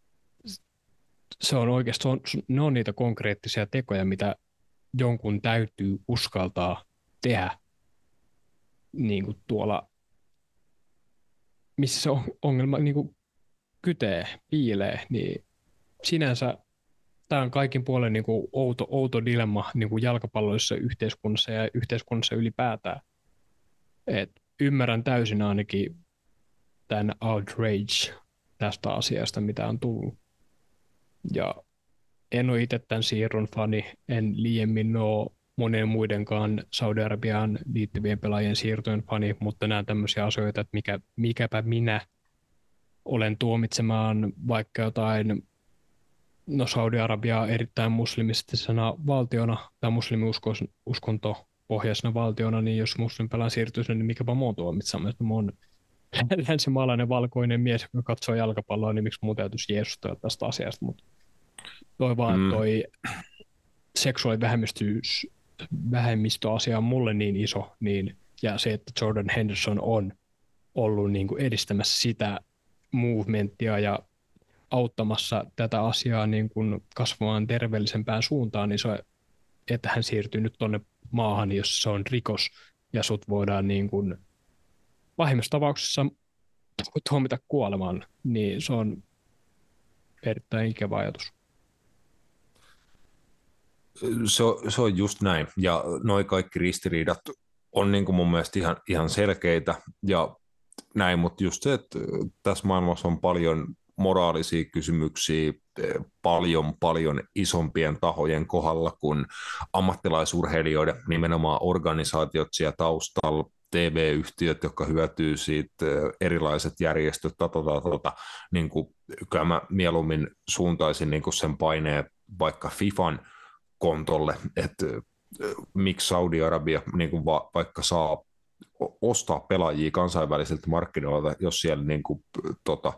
se on oikeasti, se on, ne on niitä konkreettisia tekoja, mitä jonkun täytyy uskaltaa tehdä niin kuin tuolla, missä se ongelma niin kuin kytee, piilee, niin sinänsä tämä on kaikin puolen niin kuin outo, outo dilemma niin kuin jalkapalloissa yhteiskunnassa ja yhteiskunnassa ylipäätään. Et ymmärrän täysin ainakin tämän outrage tästä asiasta, mitä on tullut. Ja en ole itse tämän siirron fani, en liiemmin ole monien muidenkaan Saudi-Arabiaan liittyvien pelaajien siirtojen fani, mutta nämä tämmöisiä asioita, että mikä, mikäpä minä olen tuomitsemaan vaikka jotain, no Saudi-Arabiaa erittäin muslimistisena valtiona tai muslimiuskontopohjaisena valtiona, niin jos muslimipelaaja siirtyy sinne, niin mikäpä muu tuomitsemaan, että mä oon länsimaalainen valkoinen mies, joka katsoo jalkapalloa, niin miksi mun täytyisi jeesustella tästä asiasta, mutta toi vaan, Mm. toi seksuaalivähemmistöys vähemmistöasia on mulle niin iso, niin, ja se, että Jordan Henderson on ollut niin kuin edistämässä sitä movementtia ja auttamassa tätä asiaa niin kuin kasvamaan terveellisempään suuntaan, niin se, että hän siirtyy nyt tuonne maahan, jos se on rikos, ja sut voidaan niin kuin pahimmassa tapauksessa tuomita kuolemaan, niin se on erittäin ikävä ajatus. Se on, se on just näin, ja noi kaikki ristiriidat on niin kuin mun mielestä ihan, ihan selkeitä, ja näin, mutta just se, että tässä maailmassa on paljon moraalisia kysymyksiä, paljon, paljon isompien tahojen kohdalla kuin ammattilaisurheilijoiden, nimenomaan organisaatiot siellä taustalla, T V-yhtiöt, jotka hyötyy siitä, erilaiset järjestöt, tota, tota, tota, niin kuin, kyllä mä mieluummin suuntaisin niin kuin sen paineen vaikka FIFAn kontolle, että miksi Saudi-Arabia niin kuin va, vaikka saa ostaa pelaajia kansainvälisiltä markkinoilta, jos siellä niin kuin, tota,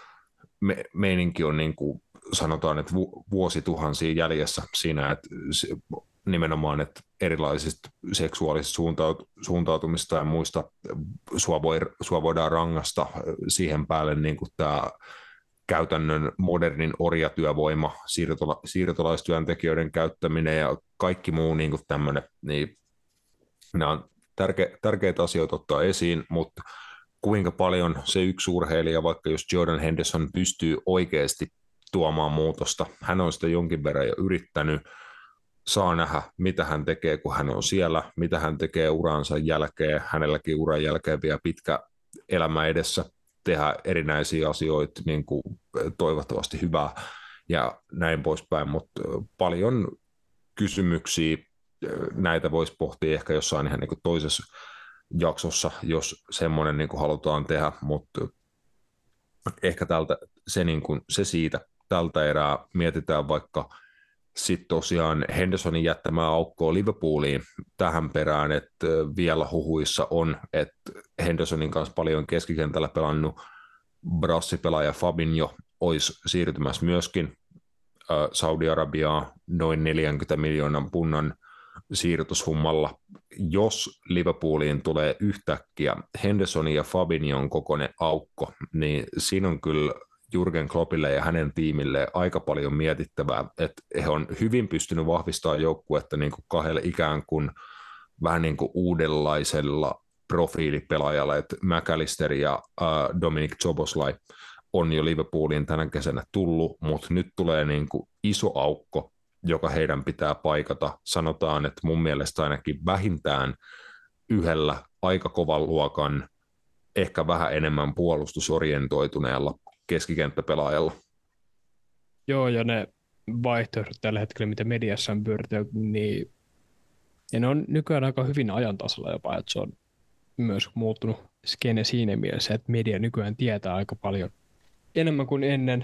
me, meininki on niin kuin, sanotaan, että vu, vuosituhansia jäljessä siinä, että se, nimenomaan, että erilaisista seksuaalisista suuntaut, suuntautumista ja muista sua, voi, sua voidaan rangasta siihen päälle niin kuin tämä käytännön modernin orjatyövoima, siirtola, siirtolaistyöntekijöiden käyttäminen ja kaikki muu niin kuin tämmöinen, niin nämä on tärke, tärkeitä asioita ottaa esiin, mutta kuinka paljon se yksi urheilija, vaikka jos Jordan Henderson pystyy oikeasti tuomaan muutosta, hän on sitä jonkin verran jo yrittänyt, saa nähdä, mitä hän tekee, kun hän on siellä, mitä hän tekee uransa jälkeen, hänelläkin uran jälkeen vielä pitkä elämä edessä, tehdä erinäisiä asioita, niin kuin toivottavasti hyvää ja näin poispäin, mutta paljon kysymyksiä, näitä voisi pohtia ehkä jossain ihan niin kuin toisessa jaksossa, jos semmoinen niin kuin halutaan tehdä, mutta ehkä tältä, se, niin kuin, se siitä tältä erää mietitään vaikka sitten tosiaan Hendersonin jättämää aukkoa Liverpooliin tähän perään, että vielä huhuissa on, että Hendersonin kanssa paljon keskikentällä pelannut brassipelaaja Fabinho olisi siirtymässä myöskin Saudi-Arabiaan noin neljäkymmentä miljoonan punnan siirtoshummalla. Jos Liverpooliin tulee yhtäkkiä Hendersonin ja Fabinhon kokoinen aukko, niin siinä on kyllä Jurgen Kloppille ja hänen tiimilleen aika paljon mietittävää, että he on hyvin pystynyt vahvistamaan joukkuetta niin kuin kahdella ikään kuin vähän niin kuin uudenlaisella profiilipelaajalla, että McAllister ja uh, Dominic Szoboszlai on jo Liverpooliin tänä kesänä tullut, mutta nyt tulee niin kuin iso aukko, joka heidän pitää paikata. Sanotaan, että mun mielestä ainakin vähintään yhdellä aika kovan luokan, ehkä vähän enemmän puolustusorientoituneella keskikenttäpelaajalla. Joo, ja ne vaihtoehdot tällä hetkellä, mitä mediassa on pyöritetty, niin ja ne on nykyään aika hyvin ajantasalla jopa, että se on myös muuttunut skene siinä mielessä, että media nykyään tietää aika paljon enemmän kuin ennen.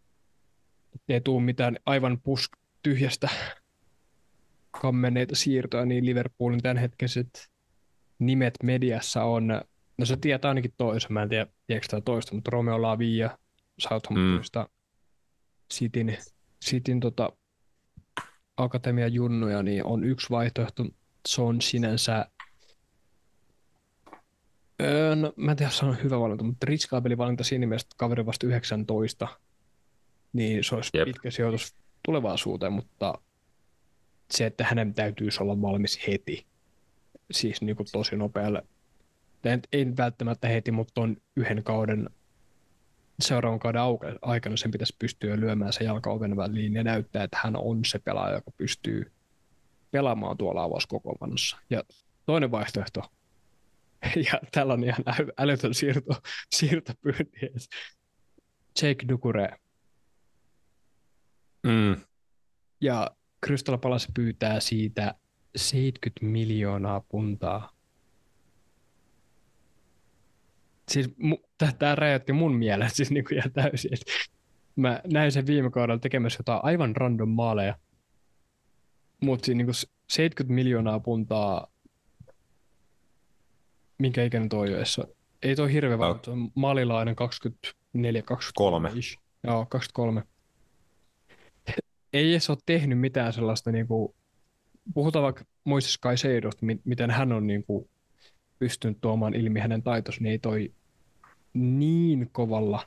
Ei tule mitään aivan pusk tyhjästä kammenneita siirtoja, niin Liverpoolin tämänhetkiset nimet mediassa on, no se tietää ainakin toisen, mä en tiedä, tiedätkö tämä toista, mutta Romeo Lavia Southamptonista, mm. Cityn, Cityn tota, akatemian junnuja, niin on yksi vaihtoehto. Se on sinänsä, öö, no, mä en tiedä, se on hyvä valinta, mutta riskaabeli valinta siinä mielessä, että kaveri vasta yhdeksäntoista, niin se olisi Jep. pitkä sijoitus tulevaisuuteen, mutta se, että hänen täytyisi olla valmis heti, siis niin kuin tosi nopealle. Ei välttämättä heti, mutta on yhden kauden, seuraavan kauden aikana sen pitäisi pystyä lyömään se jalka oven väliin ja näyttää, että hän on se pelaaja, joka pystyy pelaamaan tuolla avauskokoonpanossa. Ja toinen vaihtoehto, ja tällä on ihan äly- älytön siirto, siirtopyynti, Jake Doucouré. Mm. Ja Crystal Palace pyytää siitä seitsemänkymmentä miljoonaa puntaa. Siis tämä räjäytti mun mielen siis niin kuin ihan täysin. Mä näin sen viime kaudella tekemässä jotain aivan random maaleja. Mutta siis niin kuin seitsemänkymmentä miljoonaa puntaa, minkä ikäinen toi jo edes on. Ei toi hirveä vaan, se on maalilainen kaksikymmentäneljä kaksikymmentäkolme. Joo, kaksikymmentäkolme. Ei edes ole tehnyt mitään sellaista, niin kuin, puhutaan vaikka Moises Caicedosta, miten hän on niin kuin, pystynyt tuomaan ilmi hänen taitonsa, niin ei toi niin kovalla,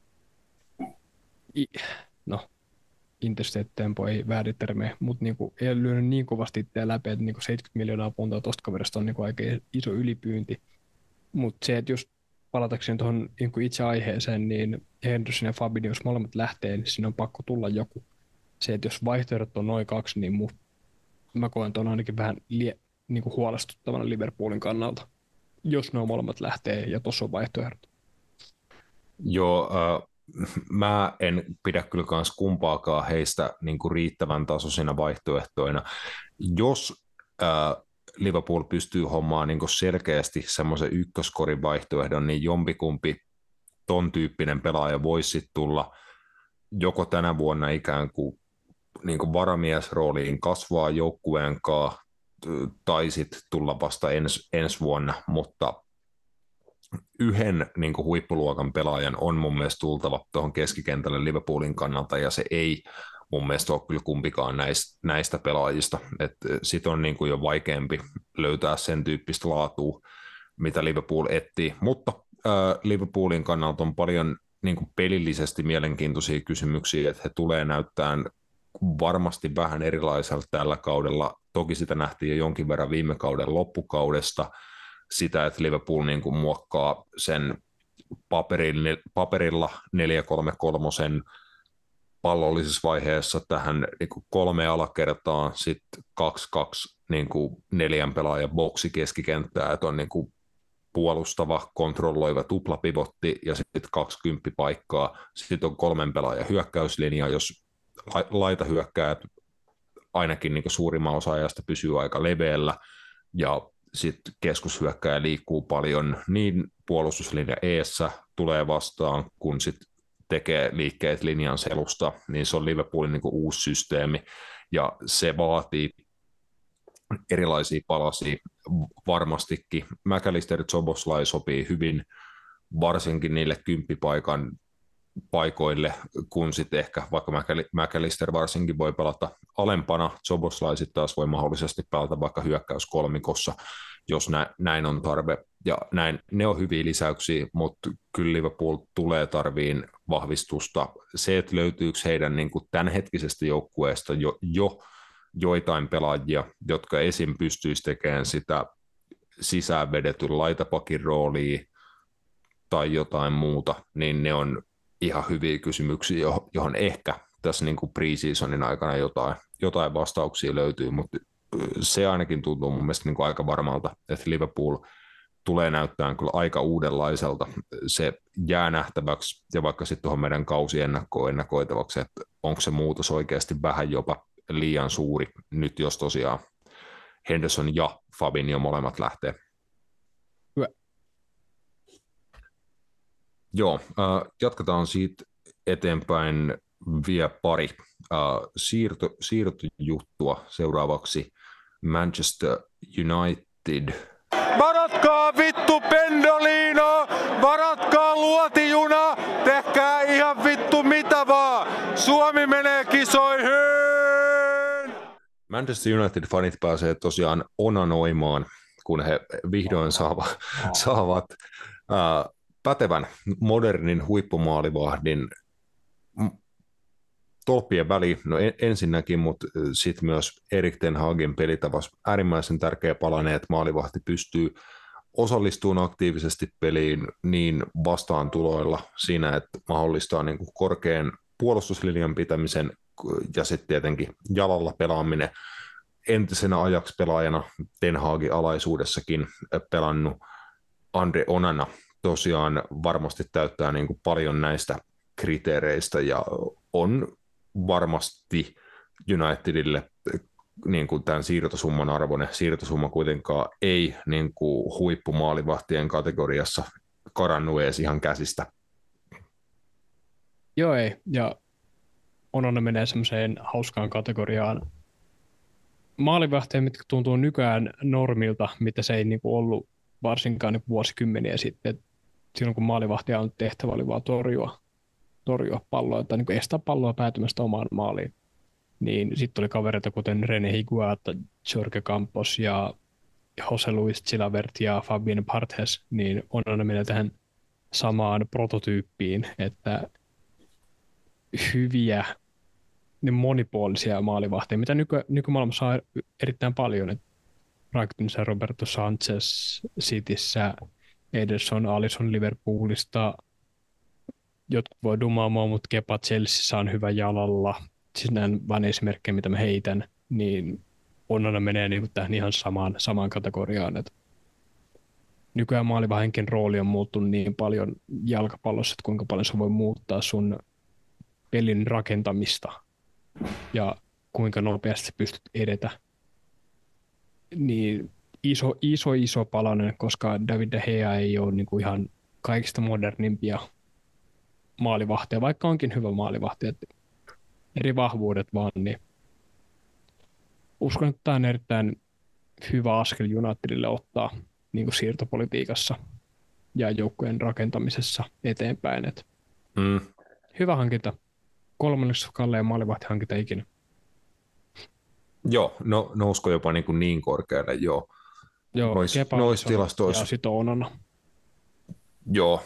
I, no, interstate tempo ei väärin termejä, mutta niinku, ei ole lyönyt niin kovasti itseään läpi, että niinku seitsemänkymmentä miljoonaa puntaa tuosta kaverista on niinku aika iso ylipyynti. Mutta se, että just palatakseni tuohon niinku itse aiheeseen, niin Henderson ja Fabinho, jos molemmat lähtee, niin siinä on pakko tulla joku. Se, että jos vaihtoehdot on noin kaksi, niin mu, mä koen tuon ainakin vähän lie, niinku huolestuttavana Liverpoolin kannalta, jos ne on molemmat lähtee ja tuossa on vaihtoehdot. Joo, äh, mä en pidä kyllä kans kumpaakaan heistä niin kuin riittävän tasoisina vaihtoehtoina. Jos äh, Liverpool pystyy hommaan niin kuin selkeästi semmoisen ykköskorin vaihtoehdon, niin jompikumpi ton tyyppinen pelaaja voisi sitten tulla joko tänä vuonna ikään kuin, niin kuin varamiesrooliin kasvaa joukkueen kanssa, tai sitten tulla vasta ens, ensi vuonna, mutta yhden niin kuin huippuluokan pelaajan on mun mielestä tultava tuohon keskikentälle Liverpoolin kannalta, ja se ei mun mielestä ole kyllä kumpikaan näistä, näistä pelaajista. Sitten on niin kuin jo vaikeampi löytää sen tyyppistä laatua, mitä Liverpool etsii, mutta äh, Liverpoolin kannalta on paljon niin kuin pelillisesti mielenkiintoisia kysymyksiä, että he tulee näyttämään varmasti vähän erilaiselta tällä kaudella. Toki sitä nähtiin jo jonkin verran viime kauden loppukaudesta, sitä, että Liverpool niin kuin muokkaa sen paperilla, paperilla neljä kolme kolme pallollisessa vaiheessa tähän niin kuin kolme alakertaan, sitten kaksi kaksi niin kuin neljän pelaajan boksi keskikenttää, että on niin kuin puolustava, kontrolloiva tuplapivotti ja sitten kaksikymmentä paikkaa. Sitten on kolmen pelaajan hyökkäyslinja, jos laita hyökkäät ainakin niin kuin suurimman osa ajasta pysyy aika leveällä ja sitten keskushyökkääjä liikkuu paljon niin puolustuslinja eessä tulee vastaan, kun sitten tekee liikkeet linjan selusta, niin se on Liverpoolin niin kuin uusi systeemi ja se vaatii erilaisia palasia varmastikin. McAllister Szoboszlai sopii hyvin varsinkin niille kymppipaikan paikoille, kun sitten ehkä vaikka McAllister varsinkin voi pelata alempana, Szoboszlai sitten taas voi mahdollisesti pelata vaikka hyökkäyskolmikossa, jos nä- näin on tarve. Ja näin, ne on hyviä lisäyksiä, mutta kyllä Liverpool tulee tarviin vahvistusta. Se, että löytyykö heidän niin kuin tämänhetkisestä joukkueesta jo, jo joitain pelaajia, jotka esim. Pystyisi tekemään sitä sisään vedetyn laitapakin roolia tai jotain muuta, niin ne on ihan hyviä kysymyksiä, johon ehkä tässä niin kuin pre-seasonin aikana jotain, jotain vastauksia löytyy, mutta se ainakin tuntuu mun mielestä niin kuin aika varmalta, että Liverpool tulee näyttämään kyllä aika uudenlaiselta. Se jää nähtäväksi ja vaikka sitten tuohon meidän kausiennakkoon ennakoitavaksi, että onko se muutos oikeasti vähän jopa liian suuri nyt, jos tosiaan Henderson ja Fabinho molemmat lähtee. Hyvä. Joo, äh, jatketaan siitä eteenpäin vielä pari äh, siirto, siirtojuttua seuraavaksi. Manchester United. Varatkaa vittu Pendolino, varatkaa luotijuna, tehkää ihan vittu mitä vaan. Suomi menee kisoihin! Manchester United-fanit pääsee tosiaan onanoimaan, kun he vihdoin saava, saavat ää, pätevän modernin huippumaalivahdin tolppien väliin. No en, ensinnäkin, mutta sitten myös Erik ten Hagin pelitavassa äärimmäisen tärkeä palanen, että maalivahti pystyy osallistumaan aktiivisesti peliin niin vastaantuloilla siinä, että mahdollistaa niin kuin korkean puolustuslinjan pitämisen ja sitten tietenkin jalalla pelaaminen. Entisenä Ajax-pelaajana Ten Hagin alaisuudessakin pelannut Andre Onana tosiaan varmasti täyttää niin kuin paljon näistä kriteereistä ja on varmasti Unitedille niin kuin tämän siirtosumman arvoinen. Siirtosumma kuitenkaan ei niin kuin huippumaalivahtien kategoriassa karannut edes ihan käsistä. Joo ei, ja Onana menee semmoiseen hauskaan kategoriaan. Maalivahteen, mitkä tuntuu nykyään normilta, mitä se ei niin kuin ollut varsinkaan niin vuosikymmeniä sitten. Et silloin kun maalivahtia on tehtävä, oli vaan torjua, torjua palloa tai niin kuin estää palloa päätymästä omaan maaliin. Niin sitten oli kavereita kuten René Higuaita, Jorge Campos ja José Luis Chilavert ja Fabien Barthez, niin on aina menee tähän samaan prototyyppiin, että hyviä, niin monipuolisia maalivahteja, mitä nyky, nykymaailmassa on erittäin paljon. Rakitinsa Roberto Sanchez Cityssä, Ederson, Alisson Liverpoolista, jotkut voi dumaamaan, mutta Kepa Chelseassa on hyvä jalalla. Siis näin vain esimerkkejä, mitä mä heitän, niin Onana menee niin tähän ihan samaan, samaan kategoriaan. Että nykyään maalivahdinkin rooli on muuttunut niin paljon jalkapallossa, että kuinka paljon se voi muuttaa sun pelin rakentamista ja kuinka nopeasti pystyt edetä. Niin iso, iso, iso palanen, koska David De Gea ei ole niin kuin ihan kaikista modernimpia maalivahteja, vaikka onkin hyvä maalivahti. Että eri vahvuudet vaan, niin uskon, että tämä on erittäin hyvä askel Unitedille ottaa niin kuin siirtopolitiikassa ja joukkueen rakentamisessa eteenpäin. Et Mm. hyvä hankinta. Kolmanneksi kalleen maalivahtihankinta ikinä. Joo, no nousko jopa niin, kuin niin korkealle, joo. Joo, Nois, Kepa nois Alisson tilastoissa. ja sitten Onana. Joo,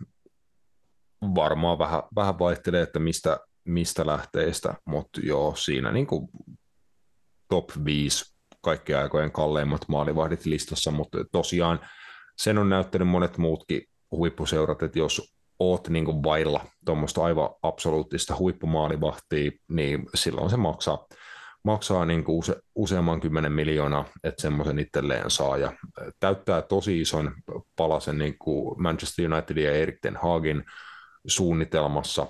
varmaan vähän, vähän vaihtelee, että mistä, mistä lähteistä, mutta joo, siinä niin kuin top viisi kaikkien aikojen kalleimmat maalivahdit listassa, mutta tosiaan sen on näyttänyt monet muutkin huippuseurat, että jos oot niin kuin vailla tuommoista aivan absoluuttista huippumaalivahtia, niin silloin se maksaa, maksaa niin kuin use, useamman kymmenen miljoonaa, että semmoisen itselleen saa, ja täyttää tosi ison palasen niin kuin Manchester Unitedin ja Erik ten Hagin suunnitelmassa.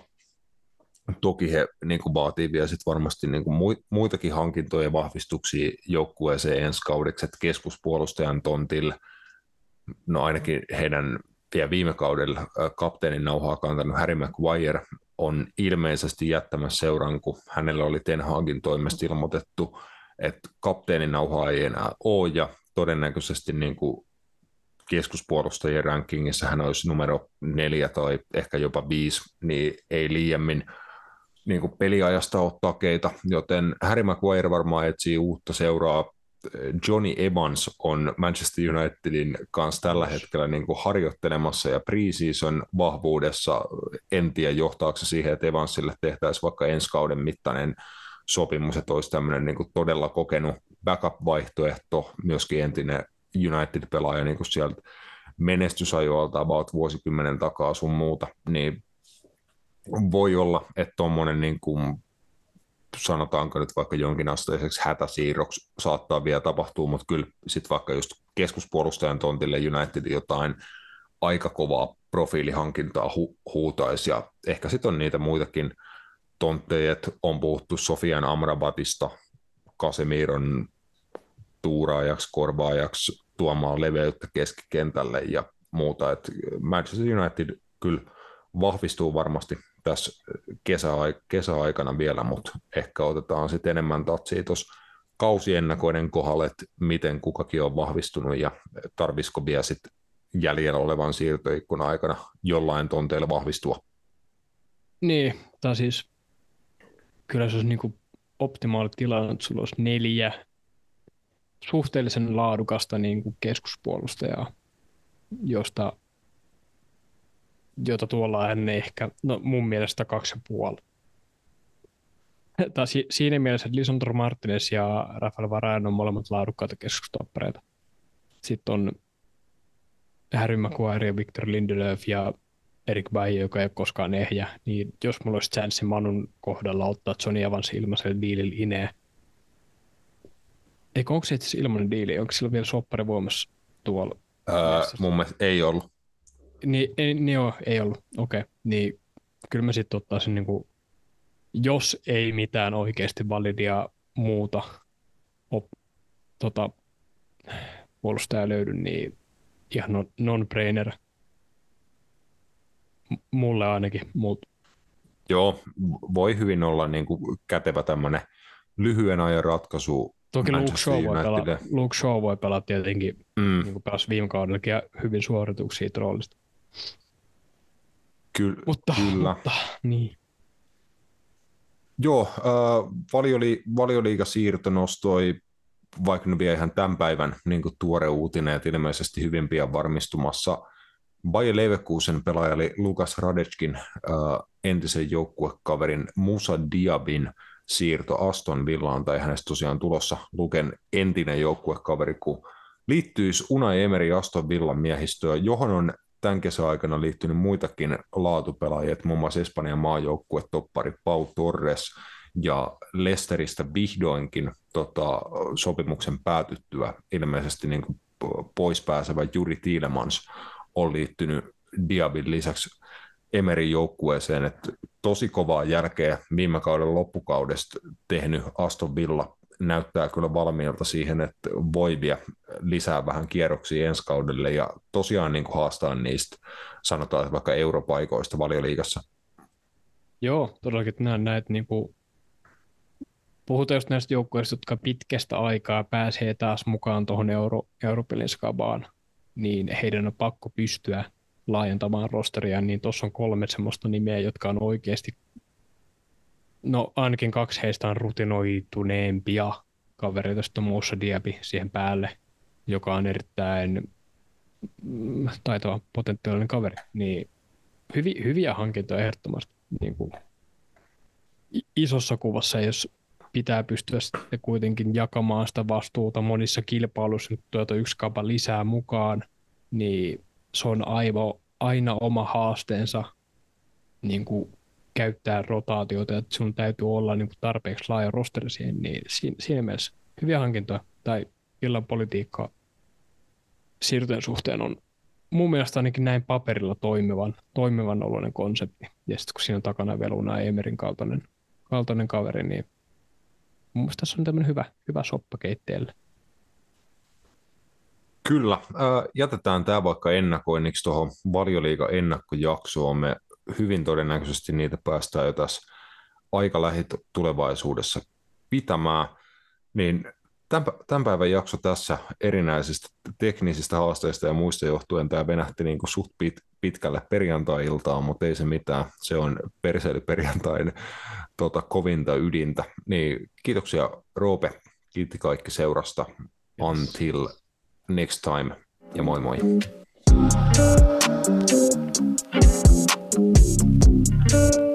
Toki he niin kuin vaatii vielä sit varmasti niin kuin muitakin hankintoja ja vahvistuksia joukkueeseen ensi kaudeksi, että keskuspuolustajan tontille, no ainakin heidän vielä viime kaudella kapteenin nauhaa kantanut Harry Maguire on ilmeisesti jättämässä seuran, kun hänellä oli Ten Hagin toimesta ilmoitettu, että kapteenin nauhaa ei enää ole, ja todennäköisesti niin kuin keskuspuolustajien rankingissa hän olisi numero neljä tai ehkä jopa viisi, niin ei liiemmin niin kuin peliajasta ole takeita, joten Harry Maguire varmaan etsii uutta seuraa. Johnny Evans on Manchester Unitedin kanssa tällä hetkellä niin kuin harjoittelemassa ja pre-season vahvuudessa. En tiedä, johtaako se siihen, että Evansille tehtäisiin vaikka ensi kauden mittainen sopimus, että olisi tämmöinen niin kuin todella kokenut backup-vaihtoehto, myöskin entinen United-pelaaja niin kuin sieltä menestysajoilta about vuosikymmenen takaa sun muuta, niin voi olla, että tuommoinen niin kuin sanotaanko nyt vaikka jonkinasteiseksi hätäsiirroksi saattaa vielä tapahtua, mutta kyllä sitten vaikka just keskuspuolustajan tontille United jotain aika kovaa profiilihankintaa hu- huutaisi, ja ehkä sitten on niitä muitakin tontteja, että on puhuttu Sofian Amrabatista, Casemiron tuuraajaksi, korvaajaksi, tuomaan leveyttä keskikentälle ja muuta, että Manchester United kyllä vahvistuu varmasti tässä kesäaik- kesäaikana vielä, mutta ehkä otetaan sitten enemmän tatsia tuossa kausiennakoiden kohdalle, että miten kukakin on vahvistunut ja tarvisiko vielä sitten jäljellä olevan siirtoikkunan aikana jollain tonteilla vahvistua. Niin, tai siis kyllä se olisi niin kuin optimaali tilanne, että sulla olisi neljä suhteellisen laadukasta niin kuin keskuspuolustajaa, josta, jota tuolla ennen ehkä, no mun mielestä kaksi ja puoli. Tai si- siinä mielessä, että Lisandro Martinez ja Rafael Varane on molemmat laadukkaita keskustoppareita. Sitten on Harry Maguire ja Victor Lindelöf ja Eric Bailly, joka ei ole koskaan ehjä. Niin jos mulla olisi chanssi Manun kohdalla ottaa Johnny Evans ilmaiselle diilille ineen. Eikö onko se itse ilmainen diili? Onko sillä vielä soppari voimassa tuolla? Ää, mun mielestä ei ollut. Niin, ei, niin joo, ei ollut. Okei. Okay. Niin kyllä mä sitten ottaisin niinku, jos ei mitään oikeasti validia muuta op, tota, puolustaja löydy, niin ihan non- non-brainer. M- mulle ainakin, mutta Joo, voi hyvin olla niin kuin kätevä tämmöinen lyhyen ajan ratkaisu. toki Luke Manchester Shaw, voi pelata, Unitedille. Luke Shaw voi pelata tietenkin, Mm, niin kuin pelasi viime kaudellakin ja hyvin suorituksia roolista. ky- Mutta, kyllä. mutta niin. Joo, äh, valioli, valioliigasiirto nostoi, vaikka ne vielä ihan tämän päivän niin kuin tuore uutinen, että ilmeisesti hyvin pian varmistumassa Bayer Leverkusen pelaaja eli Lukas Radetskin äh, entisen joukkuekaverin Musa Diabin siirto Aston Villaan, tai hänestä tosiaan tulossa Luken entinen joukkuekaveri, kun liittyisi Unai Emery Aston Villan miehistöön, johon on tämän kesän aikana liittynyt muitakin laatupelaajia, muun muassa Espanjan maajoukkuetoppari Pau Torres ja Leicesteristä vihdoinkin tota, sopimuksen päätyttyä ilmeisesti niin kuin pois pääsevä Juri Tielemans on liittynyt Diabin lisäksi Emeryn joukkueeseen, että tosi kovaa jälkeä viime kauden loppukaudesta tehnyt Aston Villa näyttää kyllä valmiilta siihen, että voi vielä lisää vähän kierroksia ensi kaudelle ja tosiaan niin kuin haastaa niistä, sanotaan että vaikka europaikoista Valioliigassa. Joo, todellakin näen näitä niin kuin puhutaan just näistä joukkueista, jotka pitkästä aikaa pääsee taas mukaan tuohon euro, europelin skabaan, niin heidän on pakko pystyä laajentamaan rosteria, niin tuossa on kolme semmoista nimeä, jotka on oikeasti, no ainakin kaksi heistä on rutinoituneempia kavereita, sitten on Moussa Diaby siihen päälle, joka on erittäin mm, taitava potentiaalinen kaveri, niin hyvi, hyviä hankintoja ehdottomasti niin kuin isossa kuvassa, jos pitää pystyä sitten kuitenkin jakamaan sitä vastuuta monissa kilpailuissa, nyt tuota yksi kapa lisää mukaan, niin se on aivo, aina oma haasteensa niin kuin käyttää rotaatioita, että sun täytyy olla niin kuin tarpeeksi laaja rosteri siihen, niin siinä, siinä mielessä hyviä hankintoja tai illan politiikkaa siirtojen suhteen on mun mielestä ainakin näin paperilla toimivan, toimivan oloinen konsepti. Ja sitten kun siinä on takana vielä Unai Emeryn kaltainen, kaltainen kaveri, niin mun mielestä tässä on tämmöinen hyvä, hyvä soppa keitteelle. Kyllä, äh, jätetään tämä vaikka ennakoinniksi tuohon Valioliigan ennakkojaksoon. Me hyvin todennäköisesti niitä päästään jo tässä aika lähitulevaisuudessa pitämään. Niin tämän, tämän päivän jakso tässä erinäisistä teknisistä haasteista ja muista johtuen tämä venähti niin kuin suht pit, pitkälle perjantai-iltaan, mutta ei se mitään. Se on perseilyperjantain tota, kovinta ydintä. Niin, kiitoksia Roope, kiitti kaikki seurasta. Until next time ja moi moi. Thank you.